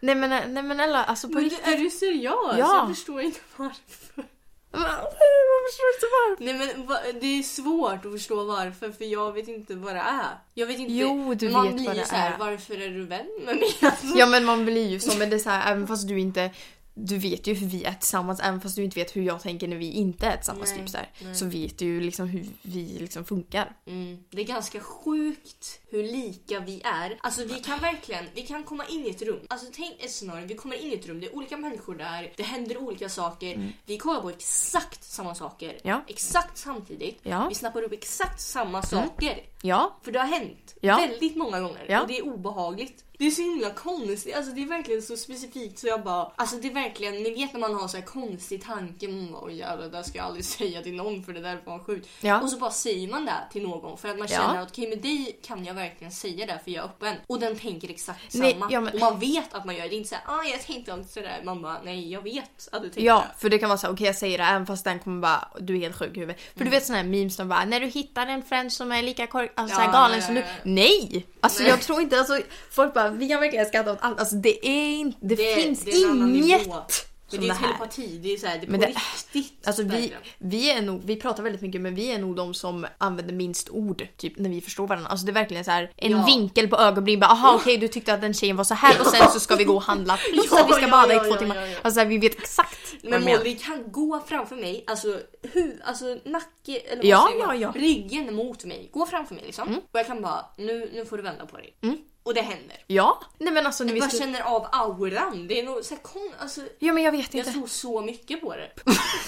Speaker 1: Nej men Ella, alltså på
Speaker 2: men
Speaker 1: riktigt.
Speaker 2: Är du seriös?
Speaker 1: Ja.
Speaker 2: Jag förstår inte varför.
Speaker 1: Jag förstår inte varför.
Speaker 2: Nej men det är svårt att förstå varför, för jag vet inte vad det är. Jag vet inte.
Speaker 1: Jo, du
Speaker 2: man
Speaker 1: vet
Speaker 2: blir
Speaker 1: vad det
Speaker 2: så här,
Speaker 1: är.
Speaker 2: varför är du vän med mig? Alltså.
Speaker 1: Ja men man blir ju så, men det är så här, även fast du inte, du vet ju hur vi är tillsammans, även fast du inte vet hur jag tänker när vi inte är tillsammans, typ så här, så vet du ju liksom hur vi liksom funkar.
Speaker 2: Det är ganska sjukt hur lika vi är. Alltså vi kan komma in i ett rum. Alltså tänk ett scenario, vi kommer in i ett rum, det är olika människor där, det händer olika saker. Vi kollar på exakt samma saker.
Speaker 1: Ja.
Speaker 2: Exakt samtidigt.
Speaker 1: Ja.
Speaker 2: Vi snappar upp exakt samma saker.
Speaker 1: Ja.
Speaker 2: För det har hänt väldigt många gånger.
Speaker 1: Ja.
Speaker 2: Och det är obehagligt. Det är så himla konstigt. Alltså det är verkligen så specifikt så jag bara... Alltså det är verkligen... Ni vet när man har så här konstig tanke. Åh jävlar, det ska jag aldrig säga till någon för det där var sjukt.
Speaker 1: Ja.
Speaker 2: Och så bara säger man det till någon. För att man känner att okej, med dig kan jag verkligen säga det för jag är öppen. Och den tänker exakt samma.
Speaker 1: Ja, men...
Speaker 2: Och man vet att man gör det. Det är inte såhär, jag tänkte om sådär. Man bara, nej jag vet att du tänker
Speaker 1: Ja,
Speaker 2: det.
Speaker 1: för det kan vara så okej, jag säger det även fast den kommer bara, du är helt sjuk i huvudet. För du vet såna här memes som bara, när du hittar en friend som är lika alltså, galen som du. Nej! Alltså jag tror inte, alltså folk bara, vi har verkligen skrattat åt allt. Alltså det är inte, det finns inget.
Speaker 2: Men det är telepati, det är såhär, det är på riktigt.
Speaker 1: Alltså vi är nog, vi pratar väldigt mycket, men vi är nog de som använder minst ord typ när vi förstår varandra. Alltså det är verkligen så här en vinkel på ögonbryn, bara aha okej, du tyckte att den tjejen var så här och sen så ska vi gå och handla plus att vi ska bada i 2 timmar. Alltså vi vet exakt.
Speaker 2: Men Molly kan gå framför mig, alltså nacke eller vad säger man? Ryggen mot mig. Gå framför mig liksom. Och jag kan bara nu får du vända på dig. Och det händer.
Speaker 1: Ja. Nej men alltså när vi
Speaker 2: känner av auran. Det är nog så här alltså.
Speaker 1: Ja men jag vet inte.
Speaker 2: Jag tror så mycket på det.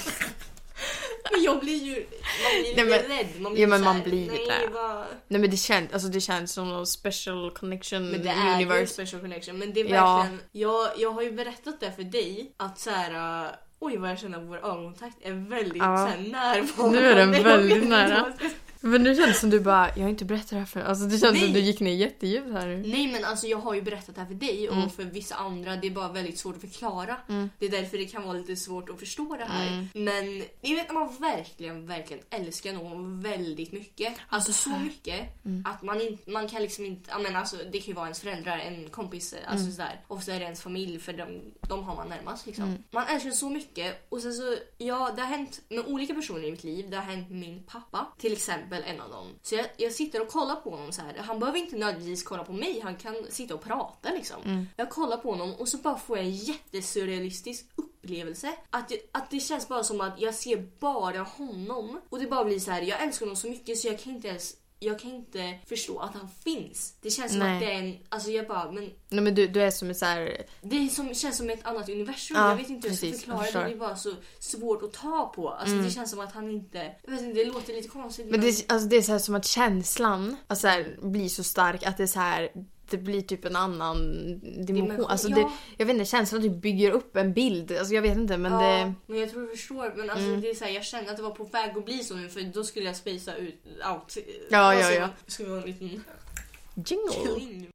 Speaker 2: Men jag blir ju rädd. Man blir
Speaker 1: man blir det. Nej men det känns som någon special connection.
Speaker 2: Men det är ju special connection. Men det är verkligen jag har ju berättat det för dig att så här oj vad jag känner att vår ögonkontakt är väldigt så här närvarande.
Speaker 1: Nu är den väldigt nära. Men nu känns det som du bara, jag har inte berättat det här för. Alltså det känns som du gick ner jättedjupt här.
Speaker 2: Nej men alltså jag har ju berättat det här för dig och för vissa andra. Det är bara väldigt svårt att förklara. Det är därför det kan vara lite svårt att förstå det här. Men jag vet att man verkligen älskar någon väldigt mycket. Alltså så mycket att man kan liksom inte, men alltså det kan ju vara ens föräldrar, en kompis, alltså sådär. Och så är det ens familj, för de har man närmast liksom. Man älskar så mycket. Och sen så, det har hänt med olika personer i mitt liv. Det har hänt med min pappa till exempel. En av dem. Så jag sitter och kollar på honom så här. Han behöver inte nödvändigtvis kolla på mig. Han kan sitta och prata liksom. Jag kollar på honom och så bara får jag en jättesurrealistisk upplevelse. Att det känns bara som att jag ser bara honom. Och det bara blir så här. Jag älskar honom så mycket så jag kan inte förstå att han finns. Det känns som att det är en... Alltså jag bara...
Speaker 1: Nej men du är som en så här...
Speaker 2: Det känns som ett annat universum. Jag vet inte hur jag ska förklara det. Det är bara så svårt att ta på. Alltså det känns som att han inte... Jag vet inte, det låter lite konstigt.
Speaker 1: Men det är så här som att känslan alltså här, blir så stark att det är så här... Det blir typ en annan dimension. Alltså jag vet inte, känslan typ bygger upp en bild. Alltså jag vet inte, men det...
Speaker 2: Men jag tror du förstår. Men alltså det är så här, jag kände att det var på väg att bli så nu. För då skulle jag spacea ut.
Speaker 1: Ja.
Speaker 2: Det skulle vara en liten...
Speaker 1: jingle.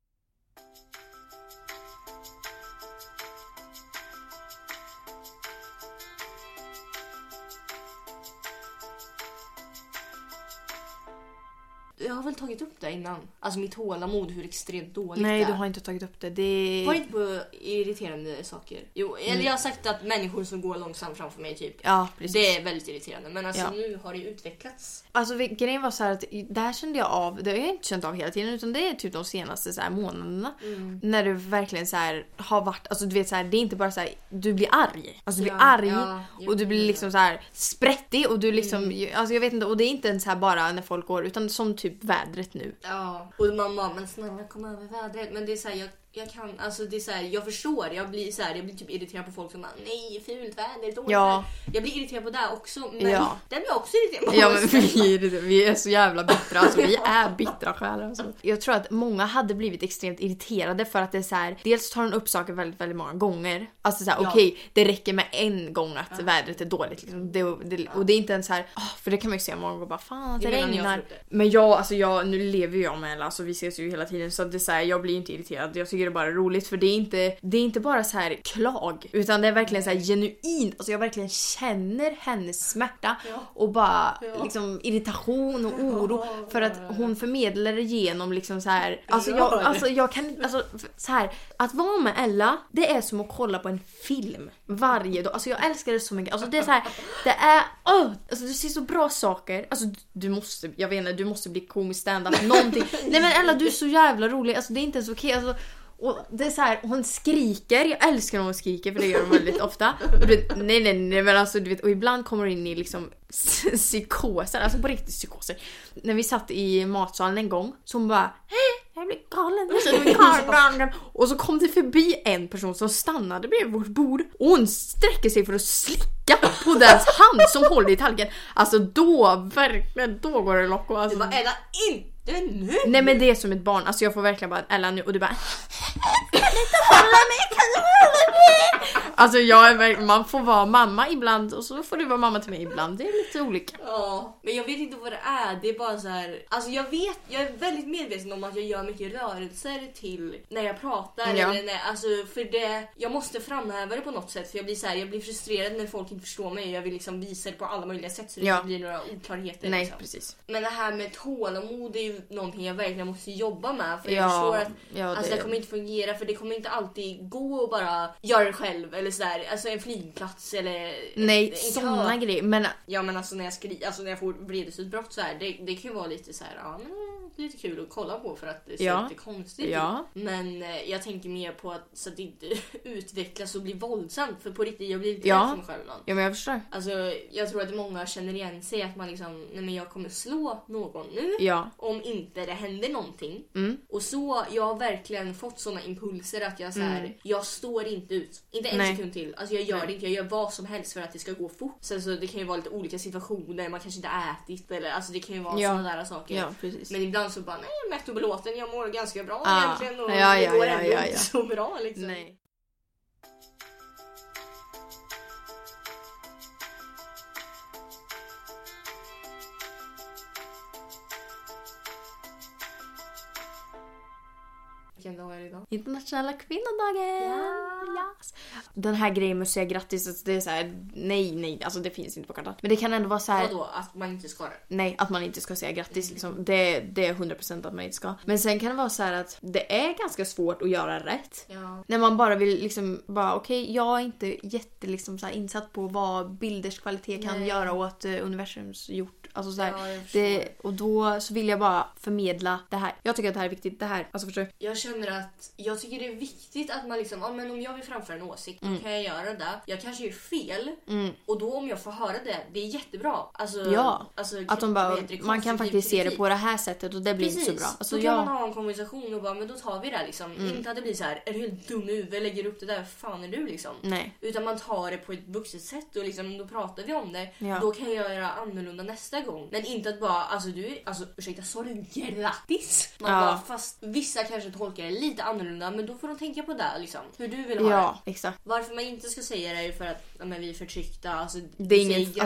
Speaker 2: Jag har väl tagit upp det innan. Alltså mitt tålamod, hur extremt dåligt det är.
Speaker 1: Nej, du har inte tagit upp det.
Speaker 2: Var inte på irriterande saker. Jo, eller jag har sagt att människor som går långsamt framför mig typ.
Speaker 1: Ja, precis.
Speaker 2: Det är väldigt irriterande. Men alltså nu har det utvecklats.
Speaker 1: Alltså grejen var så här att det här kände jag av. Det har jag inte känt av hela tiden. Utan det är typ de senaste så här månaderna. När du verkligen så här har varit. Alltså du vet så här, det är inte bara så här. Du blir arg. Alltså du blir arg. Och du blir liksom så här sprättig. Och du liksom. Alltså jag vet inte. Och det är inte ens här bara när folk går. Utan som typ vädret nu.
Speaker 2: Ja. Och mamma, men snälla kom över vädret. Men det är så här, jag kan, alltså det är så här, jag förstår, jag blir typ irriterad på folk som bara, nej, fult väder, dåligt väder. Jag blir irriterad på det också, men den blir jag också irriterad på.
Speaker 1: Ja, men vi är så jävla bittra, alltså vi är bittra själar alltså. Jag tror att många hade blivit extremt irriterade för att det är så här, dels tar hon upp saker väldigt, väldigt många gånger. Alltså så här, okej, det räcker med en gång att vädret är dåligt liksom. Och det är inte ens så här, för det kan man ju se många gånger bara, fan att det regnar. Men nu lever jag med alla, alltså vi ses ju hela tiden, så att det är så här, jag blir inte irriterad. Jag tycker tycker det bara är roligt, för det är inte bara så här klag, utan det är verkligen så här genuint. Alltså jag verkligen känner hennes smärta och bara liksom irritation och oro för att hon förmedlar det genom liksom så här. Alltså jag kan så här, att vara med Ella, det är som att kolla på en film varje dag. Alltså jag älskar det så mycket. Alltså det är så här, det är alltså du ser så bra saker. Alltså du måste bli komisk stand-up någonting. Nej men Ella, du är så jävla rolig. Alltså det är inte ens okej. Alltså, och det är så här, hon skriker. Jag älskar när hon skriker, för det gör hon väldigt ofta. Och nej men alltså du vet, och ibland kommer hon in i liksom psykoser, alltså på riktigt psykoser. När vi satt i matsalen en gång, så hon bara jag blir galen. Och så kom det förbi en person som stannade bredvid vårt bord, och hon sträcker sig för att slicka på dens hand som håller i tallriken. Alltså då går det lock. Alltså,
Speaker 2: du bara, Ella, inte nu.
Speaker 1: Nej men det är som ett barn. Alltså jag får verkligen bara, Ella nu, och du bara kan inte hålla mig. Alltså man får vara mamma ibland, och så får du vara mamma till mig ibland. Det är lite olika.
Speaker 2: Ja, men jag vet inte vad det är. Det är bara så här. Alltså jag är väldigt medveten om att jag gör mycket rörelser till när jag pratar eller alltså för det, jag måste framhäva det på något sätt, för jag blir frustrerad när folk inte förstår mig. Jag vill liksom visa det på alla möjliga sätt, så det inte blir några oklarheter.
Speaker 1: Nej,
Speaker 2: liksom.
Speaker 1: Precis.
Speaker 2: Men det här med tålamod är ju någonting jag verkligen måste jobba med, för jag förstår att alltså det kommer inte fungera, för det kommer inte alltid gå att bara göra det själv eller sådär, alltså en flygplats eller
Speaker 1: sådana grejer. Men
Speaker 2: alltså när jag får vredesutbrott så här, det kan ju vara lite så här, lite kul att kolla på för att det ser lite konstigt ut. Men jag tänker mer på att så att det inte utvecklas och blir våldsamt, för på riktigt jag blir lite rädd för mig själv ibland.
Speaker 1: Ja, men jag förstår.
Speaker 2: Alltså jag tror att många känner igen sig, att man liksom, nej men jag kommer slå någon nu om inte det händer någonting. Och så jag har verkligen fått såna impulser att jag så här, jag står inte ut. Inte en sekund till. Alltså jag gör det inte. Jag gör vad som helst för att det ska gå fort. Så det kan ju vara lite olika situationer. Man kanske inte ätit eller alltså det kan ju vara sådana där saker.
Speaker 1: Ja, precis.
Speaker 2: Men ibland så bara, nej, jag är mätt och belåten. Jag mår ganska bra egentligen. Och det går ändå inte så bra liksom.
Speaker 1: Nej. Internationella kvinnodagen. Yes. Den här grejen med att säga grattis, alltså det är så här, nej, alltså det finns inte på kartan. Men det kan ändå vara så här.
Speaker 2: Vadå? Att man inte ska det?
Speaker 1: Nej, att man inte ska säga grattis liksom. Det är 100% att man inte ska. Men sen kan det vara så här att det är ganska svårt att göra rätt.
Speaker 2: Ja.
Speaker 1: När man bara vill liksom okej, jag är inte jätte liksom så här insatt på vad bilders kvalitet kan göra åt universums gjort. Alltså så här, och då så vill jag bara förmedla det här. Jag tycker att det här är viktigt. Det här, alltså förstår du?
Speaker 2: Jag känner att jag tycker det är viktigt att man liksom, men om jag vill framföra en åsikt, då kan jag göra det. Jag kanske är fel. Och då om jag får höra det är jättebra. Alltså,
Speaker 1: att de bara, man kan faktiskt se det på det här sättet och det blir inte så bra. Alltså,
Speaker 2: då kan man ha en konversation och bara, men då tar vi det liksom. Inte att det blir så här, är du helt dum nu? Vi lägger upp det där, fan är du liksom? Nej. Utan man tar det på ett vuxet sätt och liksom, då pratar vi om det. Ja. Då kan jag göra annorlunda nästa gång. Men inte att bara, ursäkta, sa du grattis? Man bara, fast vissa kanske tolkar det lite annorlunda, men då får de tänka på det liksom. Hur du vill ha det.
Speaker 1: Ja, exakt.
Speaker 2: Varför man inte ska säga det är ju för att vi är förtryckta. Alltså,
Speaker 1: det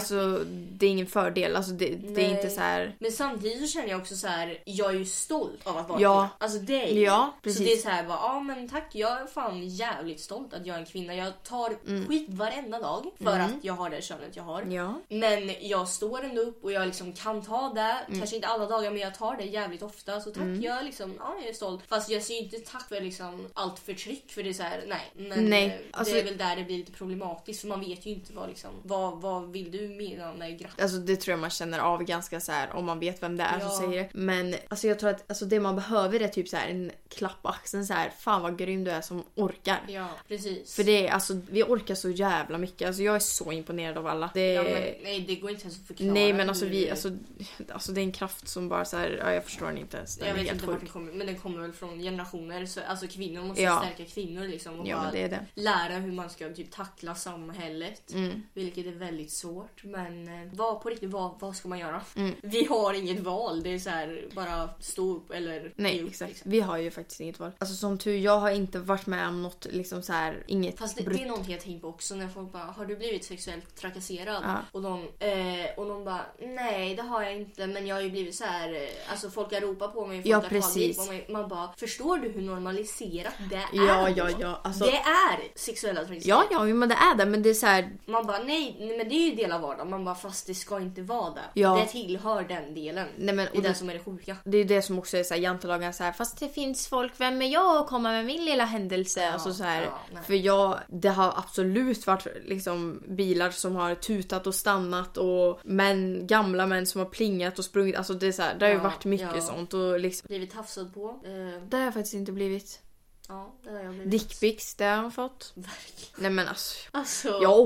Speaker 1: är ingen fördel. Alltså, det är inte så här.
Speaker 2: Men samtidigt så känner jag också så här, jag är ju stolt av att vara kvinna. Alltså det är
Speaker 1: precis.
Speaker 2: Så det är så här, bara, men tack, jag är fan jävligt stolt att jag är en kvinna. Jag tar skit varenda dag för att jag har det könet jag har. Ja. Men jag står ändå upp och jag liksom kan ta det. Kanske inte alla dagar, men jag tar det jävligt ofta. Så tack, jag liksom, jag är stolt. Fast jag ser inte tack för liksom allt förtryck, för det är så här, nej. Alltså, det är väl där det blir lite problematiskt, för man vet ju inte vad liksom, vad vill du mena med grattis?
Speaker 1: Alltså det tror jag man känner av ganska så här, om man vet vem det är som säger det. Men alltså jag tror att alltså, det man behöver är typ så här en klapp på axeln, så här, fan vad grym du är som orkar.
Speaker 2: Ja, precis.
Speaker 1: För det är, alltså vi orkar så jävla mycket. Alltså jag är så imponerad av alla.
Speaker 2: Nej, det går inte ens att förklara.
Speaker 1: Nej, men alltså alltså det är en kraft som bara så här, jag förstår den inte ens.
Speaker 2: Jag vet inte vart den kommer, men den kommer väl från generationer, så alltså kvinnor måste stärka kvinnor liksom, och bara
Speaker 1: det är det.
Speaker 2: Lära hur man ska typ tackla samhället, vilket är väldigt svårt, men vad ska man göra? Vi har inget val, det är så här, bara stå upp eller
Speaker 1: nej, exakt. Liksom. Vi har ju faktiskt inget val. Alltså som tur, jag har inte varit med om något liksom så här, inget.
Speaker 2: Fast det är någonting jag tänker på också, när folk bara, har du blivit sexuellt trakasserad? Och de bara, Nej, det har jag inte, men jag har ju blivit så här, alltså folk har ropat på mig, folk
Speaker 1: Ja,
Speaker 2: har
Speaker 1: precis.
Speaker 2: tagit på mig. Man bara, förstår du hur normaliserat det är?
Speaker 1: Ja, alltså,
Speaker 2: det är sexuella trakasserier.
Speaker 1: Ja, men det är det, men det är så här.
Speaker 2: Man bara, nej, men det är ju del av vardagen. Man bara, fast det ska inte vara det.
Speaker 1: Ja.
Speaker 2: Det tillhör den delen.
Speaker 1: Nej, men,
Speaker 2: det är det som är det sjuka.
Speaker 1: Det är det som också är så här, jantelagen så här, fast det finns folk, vem är jag att komma med min lilla händelse? Alltså så här, för det har absolut varit liksom bilar som har tutat och stannat och gamla män som har plingat och sprungit, alltså det är så här, det har ju varit mycket sånt och liksom
Speaker 2: blivit tafsad på.
Speaker 1: Det har jag faktiskt inte blivit.
Speaker 2: Ja, det har jag blivit.
Speaker 1: Dickpics, det har jag fått.
Speaker 2: Verkligen.
Speaker 1: Nej men alltså jag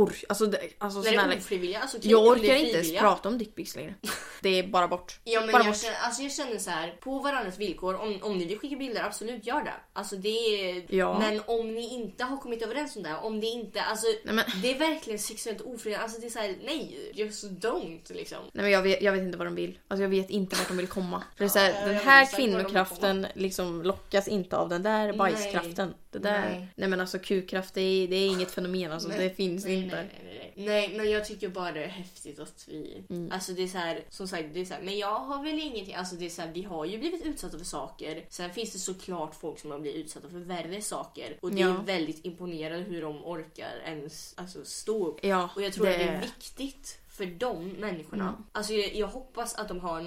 Speaker 1: jag orkar inte ens prata om dickpics längre. Det är bara bort.
Speaker 2: Ja, men
Speaker 1: bara
Speaker 2: jag känner så här, på varandras villkor, om ni vill skicka bilder, absolut gör det. Alltså det är, men om ni inte har kommit överens om det, om det inte, alltså det är verkligen sexuellt ofrivilligt. Alltså det är så här, nej, just don't liksom.
Speaker 1: Nej men jag vet inte vad de vill. Alltså jag vet inte vart de vill komma. För det är så här, den här kvinnokraften liksom lockas inte av den där bajskraften. Det där. Nej men alltså kukkraft, det är inget fenomen, alltså det finns inte.
Speaker 2: Nej, men jag tycker bara det är häftigt att vi, alltså det är så här, som sagt, det är så här, men jag har väl ingenting, alltså det är så här, vi har ju blivit utsatta för saker. Sen finns det såklart folk som har blivit utsatta för värre saker, och det är väldigt imponerande hur de orkar ens stå upp. Och jag tror att det är viktigt för de människorna. Alltså jag hoppas att de har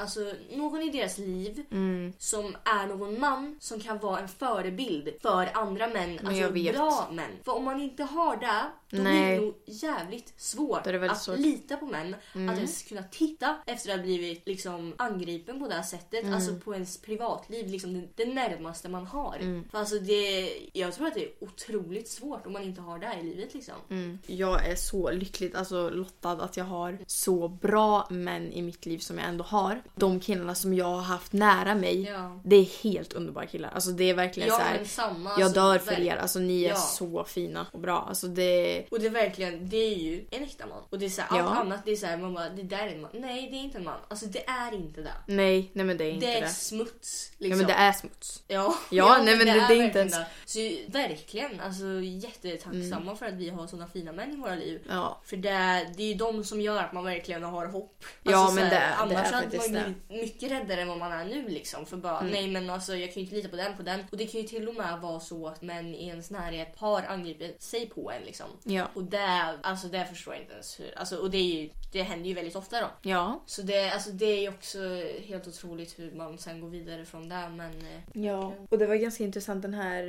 Speaker 2: någon i deras liv som är någon man som kan vara en förebild för andra män, alltså bra män. För om man inte har det, då blir det nog jävligt svårt att lita på män, att ens kunna titta efter att ha blivit liksom angripen på det här sättet, alltså på ens privatliv, liksom det närmaste man har. För alltså jag tror att det är otroligt svårt om man inte har det i livet liksom.
Speaker 1: Jag är så lyckligt lottad att jag har så bra män i mitt liv som jag ändå har. De killarna som jag har haft nära mig, det är helt underbara killar. Alltså det är verkligen så här, jag dör för er. Alltså ni är så fina och bra. Alltså
Speaker 2: och det är verkligen, det är ju en äkta man. Och det är så här, allt annat, det är så här, man bara, det där är en man. Nej, det är inte en man. Alltså det är inte det.
Speaker 1: Nej men det är inte det.
Speaker 2: Det är smuts liksom.
Speaker 1: Ja, men det är smuts.
Speaker 2: Ja,
Speaker 1: nej men det är inte ens.
Speaker 2: Så verkligen, alltså jättetacksamma för att vi har såna fina män i våra liv. För det är ju de som gör att man verkligen har hopp. Alltså, men annars hade man blivit mycket räddare än vad man är nu liksom. För bara, nej men alltså jag kan ju inte lita på den. Och det kan ju till och med vara så att män i ens närhet har angripit sig på en liksom. Och det förstår jag inte ens hur. Alltså, och det händer ju väldigt ofta då. Så det är ju också helt otroligt hur man sen går vidare från det. Men,
Speaker 1: och det var ganska intressant den här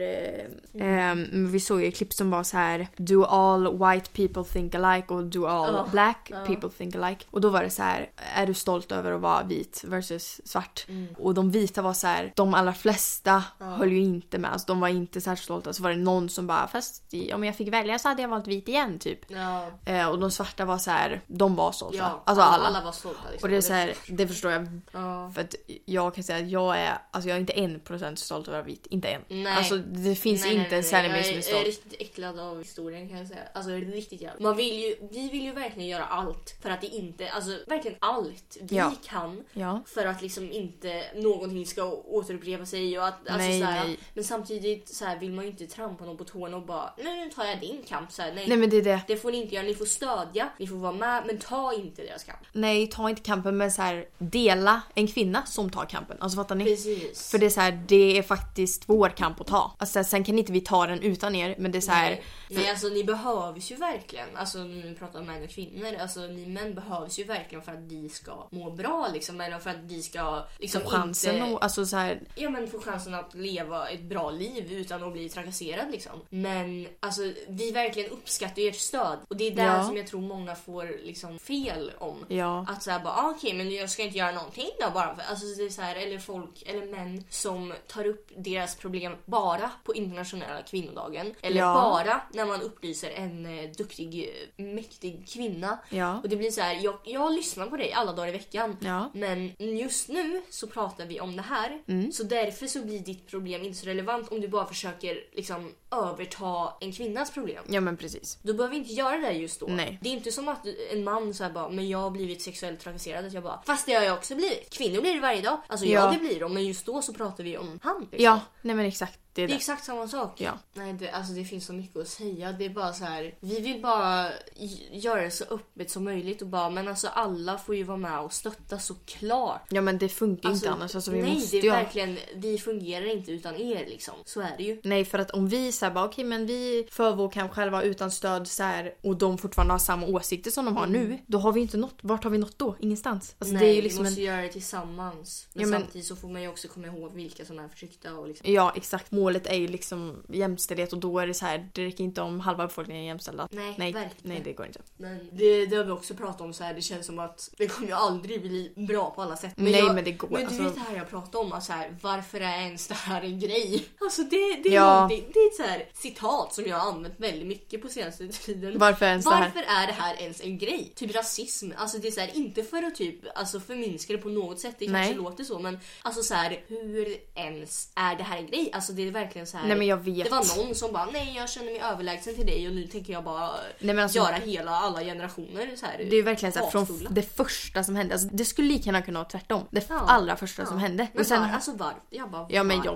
Speaker 1: vi såg ju ett klipp som var så här: do all white people think alike och do all black people think alike. Och då var det så här: är du stolt över att vara vit versus svart? Och de vita var så här, de allra flesta höll ju inte med. Alltså, de var inte särskilt stolta. Så var det någon som bara, fast om jag fick välja så hade jag valt vit igen typ. Och de svarta var så här, de var stolta. Alltså alla
Speaker 2: var stolta liksom.
Speaker 1: Och det är så här, det förstår jag. För att jag kan säga att jag är inte 1% stolt över att vara vit. Inte en.
Speaker 2: Nej.
Speaker 1: Alltså det finns inte en centimeter som är stolt.
Speaker 2: Jag är riktigt äcklad av historien kan jag säga. Alltså riktigt jävla. Vi vill ju verkligen göra allt för att det inte, alltså verkligen allt vi kan för att liksom inte någonting ska återupprepa sig och att alltså så här, men samtidigt så här vill man ju inte trampa någon på tårna och bara nu tar jag din kamp så här, nej
Speaker 1: men det
Speaker 2: får ni inte göra, ni får stödja, ni får vara med, men ta inte deras kamp.
Speaker 1: Nej, ta inte kampen, men så här, dela en kvinna som tar kampen. Alltså fattar ni?
Speaker 2: Precis.
Speaker 1: För det är så här, det är faktiskt vår kamp att ta. Alltså sen kan inte vi ta den utan er, men det är så här.
Speaker 2: Nej, alltså ni behövs ju verkligen. Alltså nu pratar om män och kvinnor. Alltså ni män behövs ju verkligen för att vi ska må bra liksom, eller för att vi ska liksom
Speaker 1: få chansen
Speaker 2: inte,
Speaker 1: och, alltså så här,
Speaker 2: få chansen att leva ett bra liv utan att bli trakasserad liksom. Men alltså vi verkligen uppskattar ert stöd, och det är där som jag tror många får liksom fel om. Att så här bara okej, men jag ska inte göra någonting då bara för, alltså det är så här, eller folk eller män som tar upp deras problem bara på internationella kvinnodagen, eller bara när man upplyser en duktig mäktig kvinna. Och det blir så här, jag lyssnar på dig alla dagar i veckan, men just nu så pratar vi om det här, så därför så blir ditt problem inte så relevant om du bara försöker liksom överta en kvinnas problem.
Speaker 1: Ja men precis.
Speaker 2: Då behöver vi inte göra det just då.
Speaker 1: Nej.
Speaker 2: Det är inte som att en man så här bara, men jag har blivit sexuellt trakasserad, att jag bara, fast det har jag också blivit. Kvinnor blir det varje dag. Alltså ja, det blir de, men just då så pratar vi om han liksom.
Speaker 1: Ja, nej men exakt.
Speaker 2: Det är exakt samma sak.
Speaker 1: Ja.
Speaker 2: Nej, det finns så mycket att säga. Det är bara så här, vi vill bara göra det så öppet som möjligt och bara, men alltså alla får ju vara med och stötta såklart.
Speaker 1: Ja men det funkar inte annars. Alltså, vi
Speaker 2: nej,
Speaker 1: måste
Speaker 2: det är verkligen, vi fungerar inte utan er liksom. Så är det ju.
Speaker 1: Nej, för att om vi säger bara okej, men vi för vår kamp själva utan stöd så här, och de fortfarande har samma åsikter som de har nu, då har vi inte nått. Vart har vi nått då? Ingenstans. Alltså,
Speaker 2: nej,
Speaker 1: det är ju liksom
Speaker 2: vi måste göra det tillsammans. Men samtidigt så får man ju också komma ihåg vilka som är förtryckta och liksom.
Speaker 1: Ja, exakt. Målet är ju liksom jämställdhet, och då är det så här, det räcker inte om halva befolkningen är jämställda.
Speaker 2: Nej,
Speaker 1: nej, det går inte.
Speaker 2: Men det har vi också pratat om så här, det känns som att det kommer ju aldrig bli bra på alla sätt. Men
Speaker 1: men det går.
Speaker 2: Men du vet det här jag pratar om, så här, varför är ens det här en grej? Alltså det är ett så här citat som jag har använt väldigt mycket på senaste tiden.
Speaker 1: Varför
Speaker 2: är det här ens en grej? Typ rasism. Alltså det är så här, inte för att typ alltså förminska det på något sätt, det kanske låter så, men alltså så här, hur ens är det här en grej? Alltså det är verkligen så här.
Speaker 1: Nej, men jag vet.
Speaker 2: Det var någon som bara, nej jag känner mig överlägsen till dig och nu tänker jag bara göra alla generationer så här.
Speaker 1: Det är verkligen så här, från det första som hände. Alltså, det skulle lika gärna kunna vara tvärtom. Det allra första som hände.
Speaker 2: Men och sen alltså jag bara,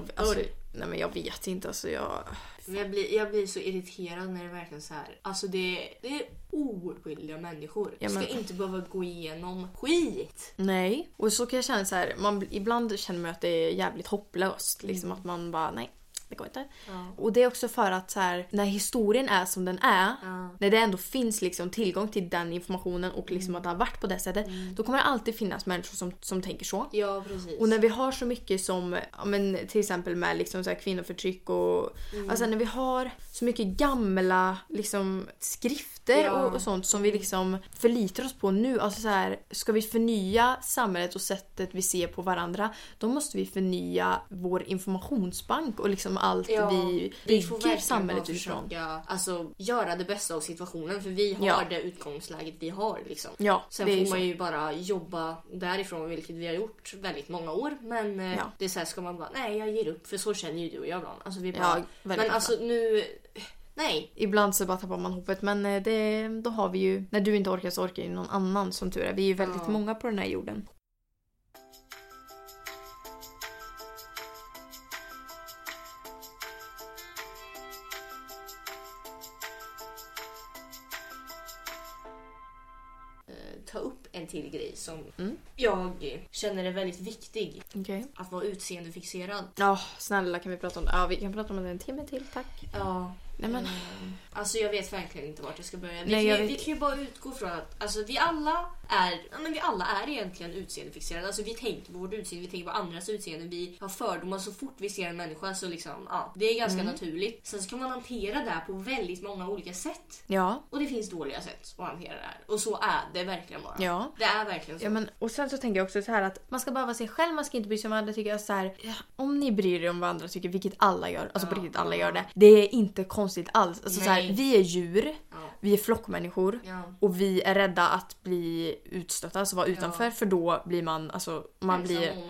Speaker 1: nej men jag vet inte, alltså
Speaker 2: jag blir så irriterad när det verkligen så här. Alltså det är oskyldiga människor. Ja, ska inte behöva gå igenom skit.
Speaker 1: Nej, och så kan jag känna så här, ibland känner man att det är jävligt hopplöst liksom, att man bara nej, det går inte. Ja. Och det är också för att så här, när historien är som den är, när det ändå finns liksom tillgång till den informationen och liksom att det har varit på det sättet, då kommer det alltid finnas människor som tänker så.
Speaker 2: Ja, precis.
Speaker 1: Och när vi har så mycket som till exempel med liksom så här kvinnoförtryck och alltså när vi har så mycket gamla liksom skrifter och sånt som vi liksom förlitar oss på nu, alltså så här, ska vi förnya samhället och sättet vi ser på varandra, då måste vi förnya vår informationsbank och liksom allt vi bygger samhället utifrån.
Speaker 2: Alltså göra det bästa av situationen, för vi har det utgångsläget vi har liksom.
Speaker 1: Ja,
Speaker 2: sen får man ju bara jobba därifrån, vilket vi har gjort väldigt många år, men det är så här, ska man bara nej jag ger upp, för så känner ju du och jag ibland. Alltså vi bara, men alltså nu nej.
Speaker 1: Ibland så bara tappar man hoppet, men då har vi ju, när du inte orkar så orkar ju någon annan, som tur är. Vi är ju väldigt många på den här jorden.
Speaker 2: Ta upp en till grej som jag känner är väldigt viktig. Att vara utseendefixerad.
Speaker 1: Ja, snälla kan vi prata om det? Ja, vi kan prata om det en timme till, tack.
Speaker 2: Ja.
Speaker 1: Nej, men.
Speaker 2: Alltså jag vet verkligen inte vart jag ska börja. Vi kan ju bara utgå från att alltså, vi alla är egentligen utseendefixerade. Alltså vi tänker på vårt utseende, vi tänker på andras utseende. Vi har fördomar så fort vi ser en människa, så liksom, det är ganska naturligt. Sen så kan man hantera det på väldigt många olika sätt.
Speaker 1: Ja.
Speaker 2: Och det finns dåliga sätt att hantera det här. Och så är det verkligen bara.
Speaker 1: Ja.
Speaker 2: Det är verkligen så.
Speaker 1: Ja, men, och sen så tänker jag också så här att man ska bara vara sig själv, man ska inte bry sig om vad andra tycker. Så här, om ni bryr er om vad andra tycker, vilket alla gör, alltså på riktigt alla gör det. Det är inte konstigt alls. Alltså, så här, vi är djur, vi är flockmänniskor och vi är rädda att bli utstötta, alltså vara utanför, för då blir man, alltså man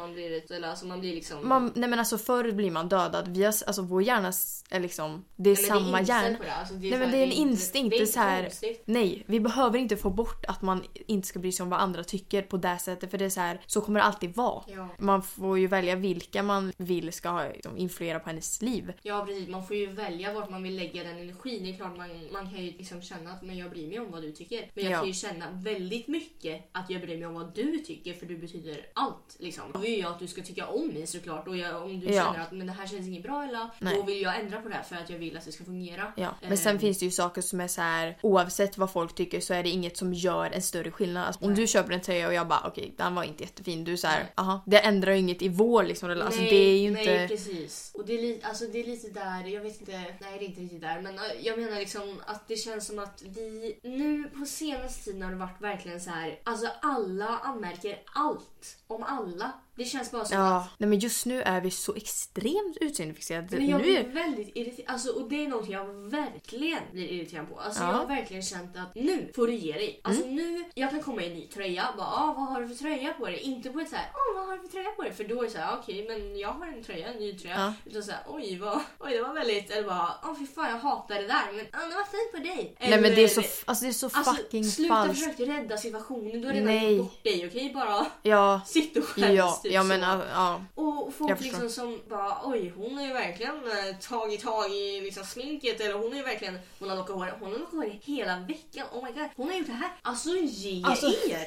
Speaker 1: blir liksom nej men alltså förr blir man dödad. Vi har, alltså vår hjärna är liksom, det är samma hjärna.
Speaker 2: Alltså,
Speaker 1: nej men det är en instinkt, det är så här, nej, vi behöver inte få bort att man inte ska bry sig om vad andra tycker på det sättet, för det är så här, så kommer det alltid vara. Man får ju välja vilka man vill ska liksom influera på hennes liv.
Speaker 2: Ja precis, man får ju välja vart man vill lägga den energin. Det är klart man kan ju liksom känna att men jag bryr mig om vad du tycker. Men jag kan ju känna väldigt mycket att jag bryr mig om vad du tycker, för du betyder allt liksom. Då vill jag att du ska tycka om mig såklart, och om du känner att men det här känns inget bra eller då vill jag ändra på det här för att jag vill att det ska fungera.
Speaker 1: Ja. Men sen finns det ju saker som är så här, oavsett vad folk tycker så är det inget som gör en större skillnad. Alltså, om du köper en tröja och jag bara okej, den var inte jättefin, du så här, det ändrar ju inget i vår liksom, alltså det är ju inte.
Speaker 2: Nej precis. Och det är lite där, jag vet inte, nej det är inte riktigt där, men jag menar liksom att det känns som att vi nu på senaste tiden har det varit verkligen så här, alltså alla anmärker allt om alla. Det känns bara som
Speaker 1: att... Nej, men just nu är vi så extremt utseendefixerade.
Speaker 2: Men jag blir väldigt irriterad. Alltså, och det är något jag verkligen blir irriterad på. Alltså, jag har verkligen känt att nu får du ge dig. Alltså nu, jag kan komma i en ny tröja. Bara, vad har du för tröja på dig? Inte på ett så här, vad har du för tröja på dig? För då är det så här, okej, men jag har en tröja, en ny tröja. Utan så här, oj, det var väldigt, eller bara, fy fan, jag hatar det där. Men det var fint på dig.
Speaker 1: Nej, men det är så, alltså det är så fucking
Speaker 2: sluta
Speaker 1: falskt.
Speaker 2: Försöka rädda situationen. Du har redan bort dig, okej? Bara sitt och skäms typ
Speaker 1: ja, men
Speaker 2: och folk liksom som bara, oj, hon har ju verkligen tag i liksom sminket, eller hon har ju verkligen, hon har lockat hår hela veckan. Oh my god, hon har gjort det här. Alltså ge er.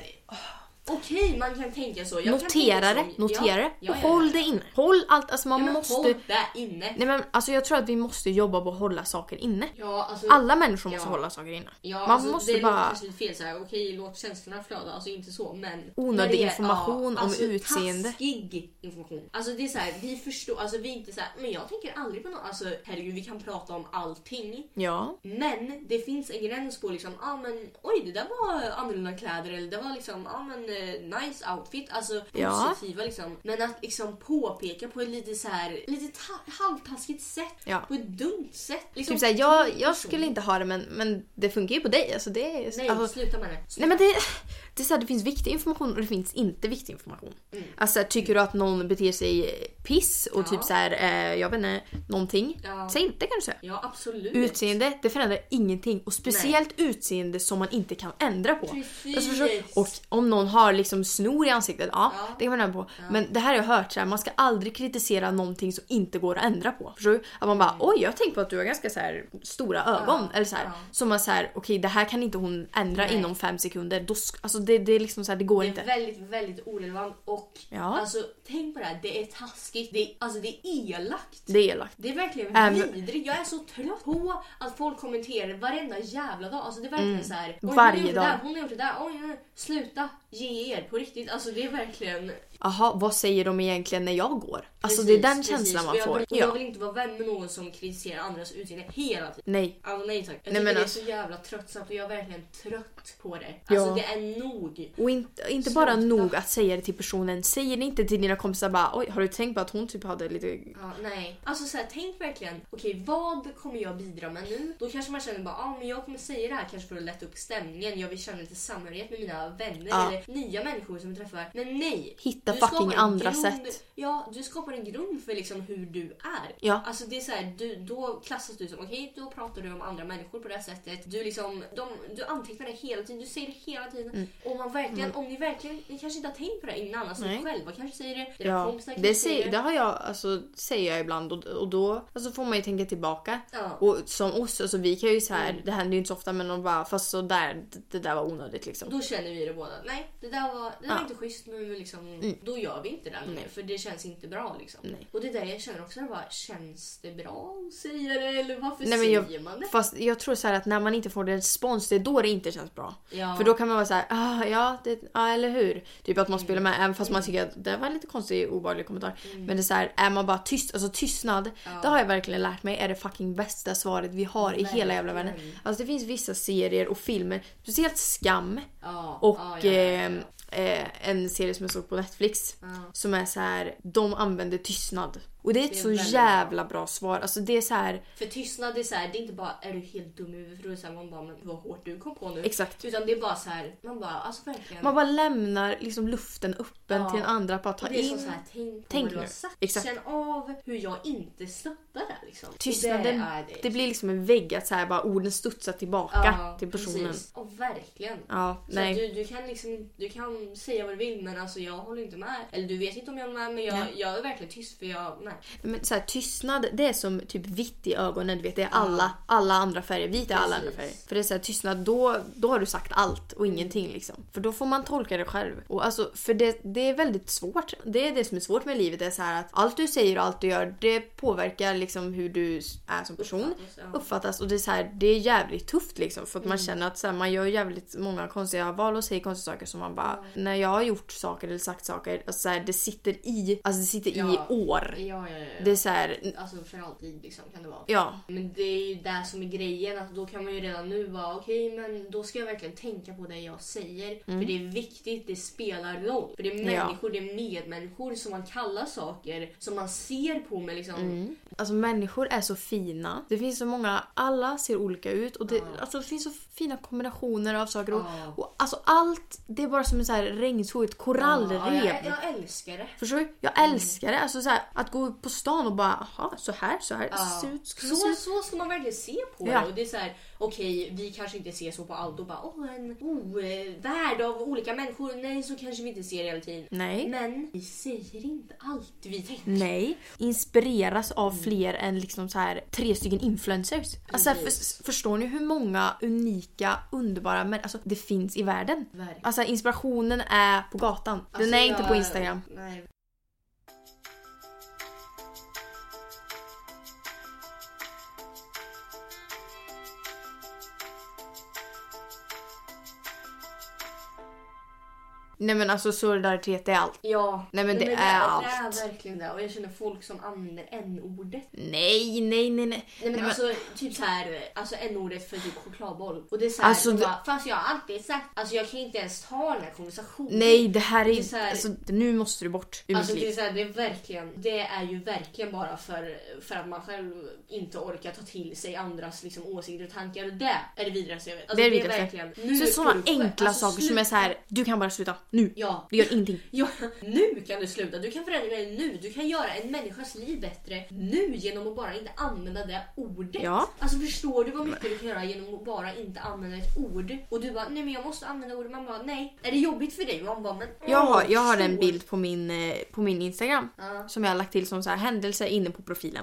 Speaker 2: Okej, man kan tänka så.
Speaker 1: Notera det och håll det inne. Håll allt, alltså man måste...
Speaker 2: Håll det inne.
Speaker 1: Nej, men alltså jag tror att vi måste jobba på att hålla saker inne.
Speaker 2: Ja, alltså,
Speaker 1: alla människor måste hålla saker inne.
Speaker 2: Ja,
Speaker 1: man
Speaker 2: alltså,
Speaker 1: måste
Speaker 2: det
Speaker 1: bara...
Speaker 2: låter fel så här. Okej, låt känslorna flöda, alltså inte så, men...
Speaker 1: Onödig information om
Speaker 2: alltså,
Speaker 1: utseende.
Speaker 2: Taskig information. Alltså det är så här, vi förstår, alltså vi är inte så här, men jag tänker aldrig på något, alltså herregud, vi kan prata om allting.
Speaker 1: Ja.
Speaker 2: Men det finns en gräns på liksom, men oj, det där var annorlunda kläder, eller det var liksom, nice outfit, alltså positiva liksom. Men att liksom påpeka på ett lite så här, lite halvtaskigt sätt, på ett dumt sätt. Liksom,
Speaker 1: typ såhär, jag skulle inte ha det, men det funkar ju på dig. Alltså det är,
Speaker 2: nej,
Speaker 1: alltså,
Speaker 2: sluta med det.
Speaker 1: Nej, men det är så här, det finns viktig information och det finns inte viktig information. Alltså tycker du att någon beter sig piss och typ så här, jag vet inte, någonting. Säg inte kanske.
Speaker 2: Ja, absolut.
Speaker 1: Utseende, det förändrar ingenting. Och speciellt utseende som man inte kan ändra på. Alltså, och om någon har liksom snor i ansiktet, det kan man ändra på. Men det här har jag hört så här, man ska aldrig kritisera någonting som inte går att ändra på. Förstår du? Att man bara, oj, jag har tänkt på att du har ganska så här stora ögon. Eller så här. Som man så här, okej, det här kan inte hon ändra inom 5 sekunder. Då, alltså det är liksom så här, det går inte.
Speaker 2: Det är väldigt, väldigt orelevant. Och alltså, tänk på det här, det är taskigt. Det är elakt.
Speaker 1: Det är elakt.
Speaker 2: Det är verkligen vidrigt. Jag är så trött på att folk kommenterar varenda jävla dag. Alltså det är verkligen så här,
Speaker 1: varje dag.
Speaker 2: Hon har gjort det där. Oj, sluta ge er på riktigt. Alltså det är verkligen...
Speaker 1: Aha, vad säger de egentligen när jag går? Alltså det är den känslan man får.
Speaker 2: Jag vill inte vara vän med någon som kritiserar andras utseende hela tiden.
Speaker 1: Nej.
Speaker 2: Alltså nej tack. Jag tycker det är så jävla tröttsamt och jag är verkligen trött på det. Alltså det är nog.
Speaker 1: Och inte bara nog att säga det till personen. Säger det inte till dina kompisar bara, oj, har du tänkt på att hon typ hade lite...
Speaker 2: Ja, nej. Alltså så här, tänk verkligen, okej, vad kommer jag bidra med nu? Då kanske man känner bara, men jag kommer säga det här kanske för att lätta upp stämningen. Jag vill känna lite samhörighet med mina vänner eller nya människor som jag träffar. Men nej.
Speaker 1: Hitta fucking andra sätt.
Speaker 2: Ja, du skapar en grund för liksom hur du är.
Speaker 1: Ja.
Speaker 2: Alltså det är så här, då klassas du som, okej, då pratar du om andra människor på det här sättet. Du liksom, du antecknar det hela tiden, du säger det hela tiden. Och man verkligen, om ni verkligen, ni kanske inte har tänkt på det innan, alltså själva kanske säger det.
Speaker 1: Det har jag, alltså säger jag ibland och då alltså får man ju tänka tillbaka. Och som oss, alltså vi kan ju så här, det händer ju inte så ofta, men de bara, fast så där, det där var onödigt liksom.
Speaker 2: Då känner vi det båda. Nej, det där var inte schysst, men liksom, då gör vi inte det mer, för det känns inte bra liksom. Och det där jag känner också, bara, känns det bra att säga det, eller varför säger man det?
Speaker 1: Fast jag tror så här att när man inte får respons, det är då det inte känns bra. För då kan man vara så här, eller hur? Typ att man spelar med, även fast man tycker att det var lite konstig, obehaglig kommentar. Men det är så här, är man bara tyst, alltså tystnad, det har jag verkligen lärt mig är det fucking bästa svaret vi har i hela jävla världen. Alltså det finns vissa serier och filmer, speciellt Skam och en serie som jag såg på Netflix som är så här, de använder tystnad. Och det är ett så jävla bra svar. Alltså det är så här,
Speaker 2: för tystnad är så här, det är inte bara, är du helt dum i huvudet? För då är så här, man bara, men vad hårt du kom på nu.
Speaker 1: Exakt.
Speaker 2: Utan det är bara så här, man bara, alltså verkligen.
Speaker 1: Man bara lämnar liksom luften öppen till den andra på att ta in.
Speaker 2: Det är så här, tänk vad du har sagt.
Speaker 1: Exakt.
Speaker 2: Känn av hur jag inte stöttar det liksom.
Speaker 1: Tystnaden, det blir liksom en vägg att så här, bara orden studsar tillbaka till personen.
Speaker 2: Precis. Och verkligen.
Speaker 1: Ja,
Speaker 2: så nej. Du kan liksom, du kan säga vad du vill, men alltså jag håller inte med. Eller du vet inte om jag är med, men jag är verkligen tyst för nej.
Speaker 1: Men så här, tystnad, det är som typ vitt i ögonen, du vet, det är alla andra färger, vit är alla andra färger. För det är så här, tystnad, då har du sagt allt och ingenting liksom. För då får man tolka det själv. Och alltså, för det är väldigt svårt. Det är det som är svårt med livet, det är så här att allt du säger och allt du gör, det påverkar liksom hur du är som person, uppfattas, och det är så här, det är jävligt tufft liksom, för att man känner att så här, man gör jävligt många konstiga val och säger konstiga saker som man bara, när jag har gjort saker eller sagt saker, alltså så här, det sitter i år.
Speaker 2: Ja. Ja.
Speaker 1: Det är så här,
Speaker 2: alltså för alltid liksom kan det vara.
Speaker 1: Ja.
Speaker 2: Men det är ju det som är grejen, att då kan man ju redan nu vara okej, men då ska jag verkligen tänka på det jag säger. För det är viktigt, det spelar roll. För det är människor, det är medmänniskor som man kallar saker som man ser på med liksom.
Speaker 1: Alltså människor är så fina. Det finns så många, alla ser olika ut och det, alltså, det finns så fina kombinationer av saker och alltså allt, det är bara som en så här regnskog, ett korallrev.
Speaker 2: Jag älskar det.
Speaker 1: Förstår du? Jag älskar det. Alltså så här, att gå på stan och bara, aha, så här ser ut.
Speaker 2: Så ska man verkligen se på det. Och det är så här, okej, vi kanske inte ser så på allt och bara, en värld av olika människor. Nej, så kanske vi inte ser hela tiden.
Speaker 1: Nej.
Speaker 2: Men vi säger inte allt vi tänker.
Speaker 1: Nej. Inspireras av fler än liksom så här 3 stycken influencers. Alltså förstår ni hur många unika, underbara alltså det finns i världen? Alltså inspirationen är på gatan. Den är inte på Instagram.
Speaker 2: Nej.
Speaker 1: Nej men alltså solidaritet är allt.
Speaker 2: Ja.
Speaker 1: Nej men det är allt.
Speaker 2: Det är verkligen det. Och jag känner folk som använder n-ordet.
Speaker 1: Nej.
Speaker 2: Nej men alltså typ så här, alltså n-ordet för typ chokladboll. Och det är så här,
Speaker 1: alltså,
Speaker 2: bara, fast jag har alltid sagt, alltså jag kan inte ens ta den här konversationen.
Speaker 1: Nej, det här är
Speaker 2: så här,
Speaker 1: alltså nu måste du bort ur
Speaker 2: alltså
Speaker 1: mitt liv.
Speaker 2: Det är så här, det är ju verkligen bara för att man själv inte orkar ta till sig andras liksom åsikter och tankar, och det är det vidraste jag vet. Alltså,
Speaker 1: det är verkligen. Så sådana enkla saker som är så här, du kan bara sluta nu.
Speaker 2: Ja.
Speaker 1: Det gör ingenting.
Speaker 2: Ja, nu kan du sluta. Du kan förändra det nu. Du kan göra en människas liv bättre nu genom att bara inte använda det ordet.
Speaker 1: Ja.
Speaker 2: Alltså förstår du vad mycket du kan göra genom att bara inte använda ett ord? Och du bara, nej men jag måste använda ordet. Man bara, nej. Är det jobbigt för dig? Man bara, men
Speaker 1: jag har en bild på min Instagram som jag har lagt till som så här händelser inne på profilen.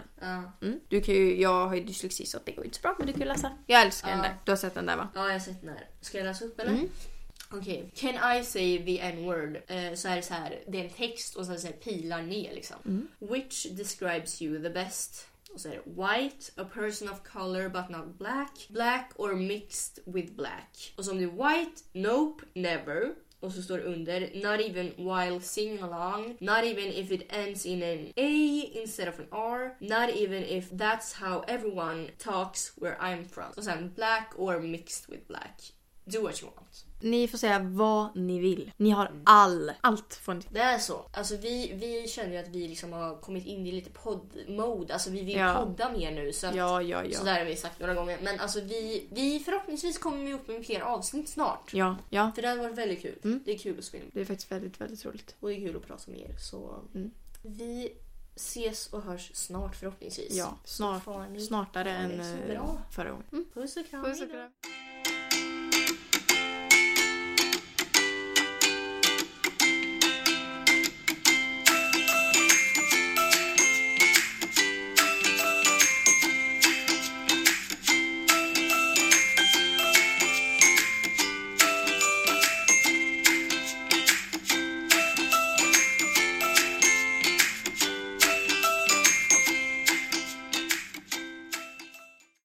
Speaker 1: Du kan ju, jag har ju dyslexi så det går inte så bra, men du kan ju läsa. Jag älskar den där. Du har sett den där va?
Speaker 2: Ja, jag har sett den där. Ska jag läsa upp eller? Okej, can I say the n-word? Så är det så här, det är en text och så är det pilar ner liksom. Which describes you the best? Och så är det white, a person of color but not black, black or mixed with black. Och så om det är white, nope, never. Och så står det under, not even while singing along, not even if it ends in an A instead of an R, not even if that's how everyone talks where I'm from. Och sen black or mixed with black. Do what you want.
Speaker 1: Ni får säga vad ni vill. Ni har allt får ni.
Speaker 2: Det är så. Alltså vi känner ju att vi liksom har kommit in i lite podd-mode. Alltså vi vill podda mer nu. Så att, så där har vi sagt några gånger. Men alltså vi förhoppningsvis kommer vi upp med fler avsnitt snart.
Speaker 1: Ja.
Speaker 2: För det har varit väldigt kul. Det är kul att spela.
Speaker 1: Det är faktiskt väldigt, väldigt roligt.
Speaker 2: Och det är kul att prata med er. Så vi ses och hörs snart förhoppningsvis.
Speaker 1: Ja, snartare än förra gången.
Speaker 2: Puss och kram.